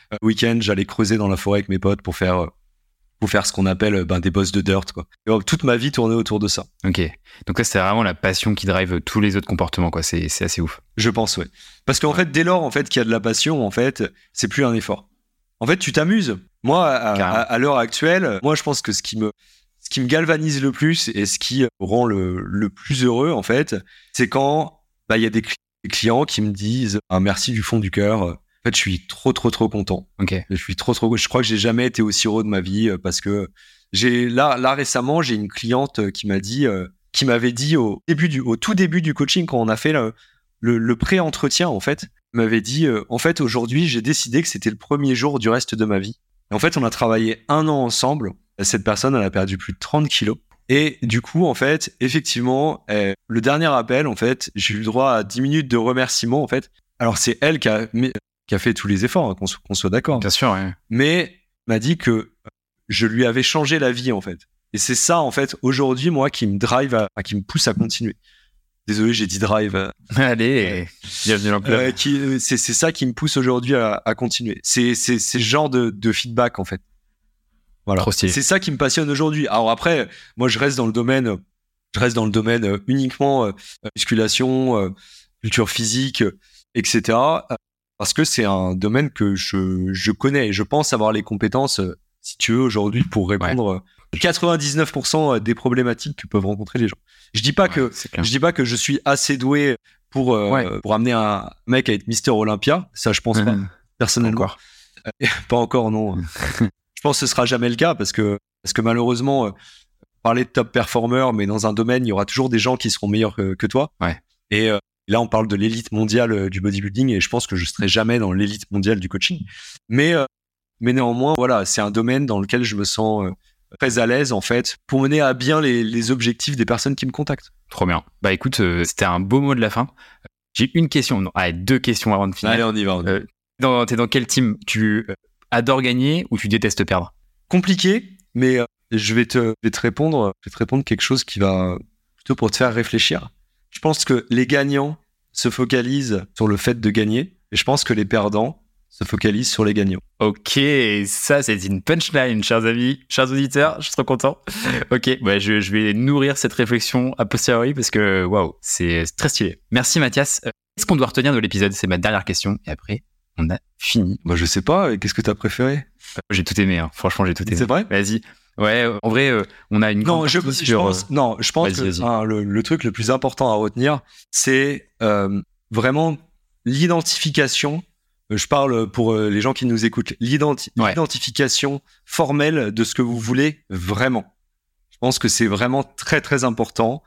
[SPEAKER 2] Euh, week-end, j'allais creuser dans la forêt avec mes potes pour faire, pour faire ce qu'on appelle ben, des boss de dirt, quoi. Et, euh, toute ma vie tournait autour de ça.
[SPEAKER 1] Ok. Donc là, c'est vraiment la passion qui drive tous les autres comportements, quoi. C'est, c'est assez ouf.
[SPEAKER 2] Je pense, ouais. Parce qu'en fait, dès lors, en fait, qu'il y a de la passion, en fait, c'est plus un effort. En fait, tu t'amuses. Moi, à, à, à l'heure actuelle, moi, je pense que ce qui me, ce qui me galvanise le plus et ce qui rend le, le plus heureux, en fait, c'est quand bah, y a des, cli- des clients qui me disent un merci du fond du cœur. En fait, je suis trop, trop, trop content.
[SPEAKER 1] Ok.
[SPEAKER 2] Je suis trop, trop. Je crois que j'ai jamais été aussi heureux de ma vie parce que j'ai là, là récemment, j'ai une cliente qui m'a dit, euh, qui m'avait dit au début du, au tout début du coaching quand on a fait le, le, le pré-entretien, en fait, m'avait dit, euh, en fait, aujourd'hui, j'ai décidé que c'était le premier jour du reste de ma vie. Et en fait, on a travaillé un an ensemble. Cette personne, elle a perdu plus de trente kilos. Et du coup, en fait, effectivement, eh, le dernier appel, en fait, j'ai eu le droit à dix minutes de remerciement, en fait. Alors, c'est elle qui a, qui a fait tous les efforts, hein, qu'on, qu'on soit d'accord.
[SPEAKER 1] Bien sûr, ouais.
[SPEAKER 2] Mais elle m'a dit que je lui avais changé la vie, en fait. Et c'est ça, en fait, aujourd'hui, moi, qui me drive, à, qui me pousse à continuer. Désolé, j'ai dit drive.
[SPEAKER 1] Allez, bienvenue dans le club.
[SPEAKER 2] Euh, qui, c'est, c'est ça qui me pousse aujourd'hui à, à continuer. C'est, c'est, c'est ce genre de, de feedback, en fait. Voilà.
[SPEAKER 1] Trop stylé.
[SPEAKER 2] C'est ça qui me passionne aujourd'hui. Alors après, moi, je reste dans le domaine, je reste dans le domaine euh, uniquement euh, musculation, euh, culture physique, euh, et cetera. Euh, parce que c'est un domaine que je, je connais et je pense avoir les compétences, euh, si tu veux, aujourd'hui, pour répondre ouais. quatre-vingt-dix-neuf pour cent des problématiques que peuvent rencontrer les gens. Je dis pas ouais, que je dis pas que je suis assez doué pour euh, ouais. pour amener un mec à être Mister Olympia. Ça, je pense mmh. pas personnellement.
[SPEAKER 1] Pas encore.
[SPEAKER 2] Euh, pas encore, non. Je pense que ce sera jamais le cas parce que parce que malheureusement, euh, parler de top performer, mais dans un domaine, il y aura toujours des gens qui seront meilleurs que, que toi.
[SPEAKER 1] Ouais.
[SPEAKER 2] Et euh, là, on parle de l'élite mondiale euh, du bodybuilding et je pense que je serai jamais dans l'élite mondiale du coaching. Mais euh, mais néanmoins, voilà, c'est un domaine dans lequel je me sens euh, très à l'aise en fait pour mener à bien les, les objectifs des personnes qui me contactent.
[SPEAKER 1] Trop bien. Bah écoute, euh, c'était un beau mot de la fin. J'ai une question, non, allez, deux questions avant de finir.
[SPEAKER 2] Allez, on y va. On y va.
[SPEAKER 1] Euh, dans, t'es dans quel team? Tu euh, adores gagner ou tu détestes perdre?
[SPEAKER 2] Compliqué, mais euh, je vais te, je vais te répondre, je vais te répondre quelque chose qui va plutôt pour te faire réfléchir. Je pense que les gagnants se focalisent sur le fait de gagner, et je pense que les perdants se focalisent sur les gagnants.
[SPEAKER 1] Ok, ça c'est une punchline, chers amis, chers auditeurs, je suis trop content. Ok, bah, je, je vais nourrir cette réflexion a posteriori parce que waouh, c'est très stylé. Merci Mathias. Qu'est-ce qu'on doit retenir de l'épisode? C'est ma dernière question et après on a fini.
[SPEAKER 2] Bah je sais pas, qu'est-ce que t'as préféré?
[SPEAKER 1] J'ai tout aimé, hein. Franchement j'ai tout aimé.
[SPEAKER 2] C'est vrai?
[SPEAKER 1] Vas-y. Ouais, en vrai, euh, on a une
[SPEAKER 2] non, je,
[SPEAKER 1] je
[SPEAKER 2] sur... pense, non, je pense vas-y, que vas-y. Hein, le, le truc le plus important à retenir, c'est euh, vraiment l'identification. Je parle pour les gens qui nous écoutent. L'identi- ouais. L'identification formelle de ce que vous voulez vraiment. Je pense que c'est vraiment très très important,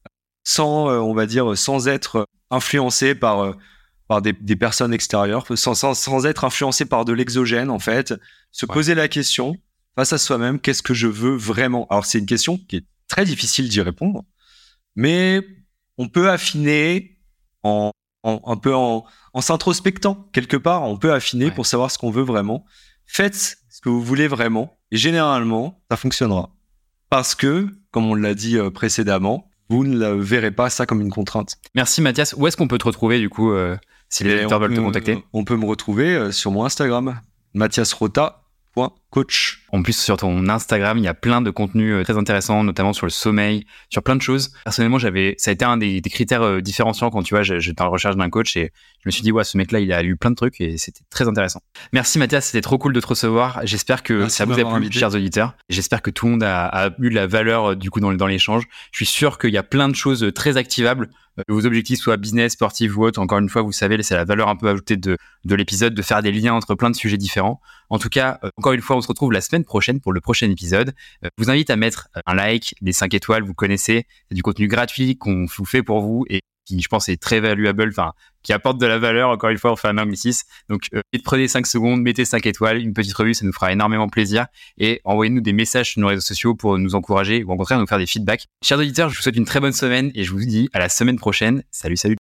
[SPEAKER 2] sans, on va dire, sans être influencé par par des, des personnes extérieures, sans, sans sans être influencé par de l'exogène en fait. Se ouais. poser la question face à soi-même, qu'est-ce que je veux vraiment? Alors c'est une question qui est très difficile d'y répondre, mais on peut affiner en, en un peu en En s'introspectant, quelque part, on peut affiner ouais. pour savoir ce qu'on veut vraiment. Faites ce que vous voulez vraiment et généralement, ça fonctionnera. Parce que, comme on l'a dit euh, précédemment, vous ne verrez pas ça comme une contrainte.
[SPEAKER 1] Merci Mathias. Où est-ce qu'on peut te retrouver du coup euh, si les lecteurs veulent te contacter?
[SPEAKER 2] On peut me retrouver euh, sur mon Instagram, mathias rota point coach.
[SPEAKER 1] En plus, sur ton Instagram, il y a plein de contenus très intéressants, notamment sur le sommeil, sur plein de choses. Personnellement, j'avais, ça a été un des, des critères euh, différenciants quand tu vois, j'étais en recherche d'un coach et je me suis dit, ouais, ce mec-là, il a lu plein de trucs et c'était très intéressant. Merci Mathias, c'était trop cool de te recevoir. J'espère que Merci ça vous a plu, invité. Chers auditeurs. J'espère que tout le monde a, a eu de la valeur du coup dans, dans l'échange. Je suis sûr qu'il y a plein de choses très activables. Que vos objectifs soient business, sportifs ou autres, encore une fois, vous savez, c'est la valeur un peu ajoutée de, de l'épisode, de faire des liens entre plein de sujets différents. En tout cas, euh, encore une fois, on se retrouve la semaine prochaine pour le prochain épisode. Euh, je vous invite à mettre un like, des cinq étoiles, vous connaissez, c'est du contenu gratuit qu'on vous fait pour vous et qui, je pense, est très valuable, enfin, qui apporte de la valeur. Encore une fois, on fait un anglicisme. Donc, euh, prenez cinq secondes, mettez cinq étoiles, une petite revue, ça nous fera énormément plaisir. Et envoyez-nous des messages sur nos réseaux sociaux pour nous encourager ou au contraire nous faire des feedbacks. Chers auditeurs, je vous souhaite une très bonne semaine et je vous dis à la semaine prochaine. Salut, salut.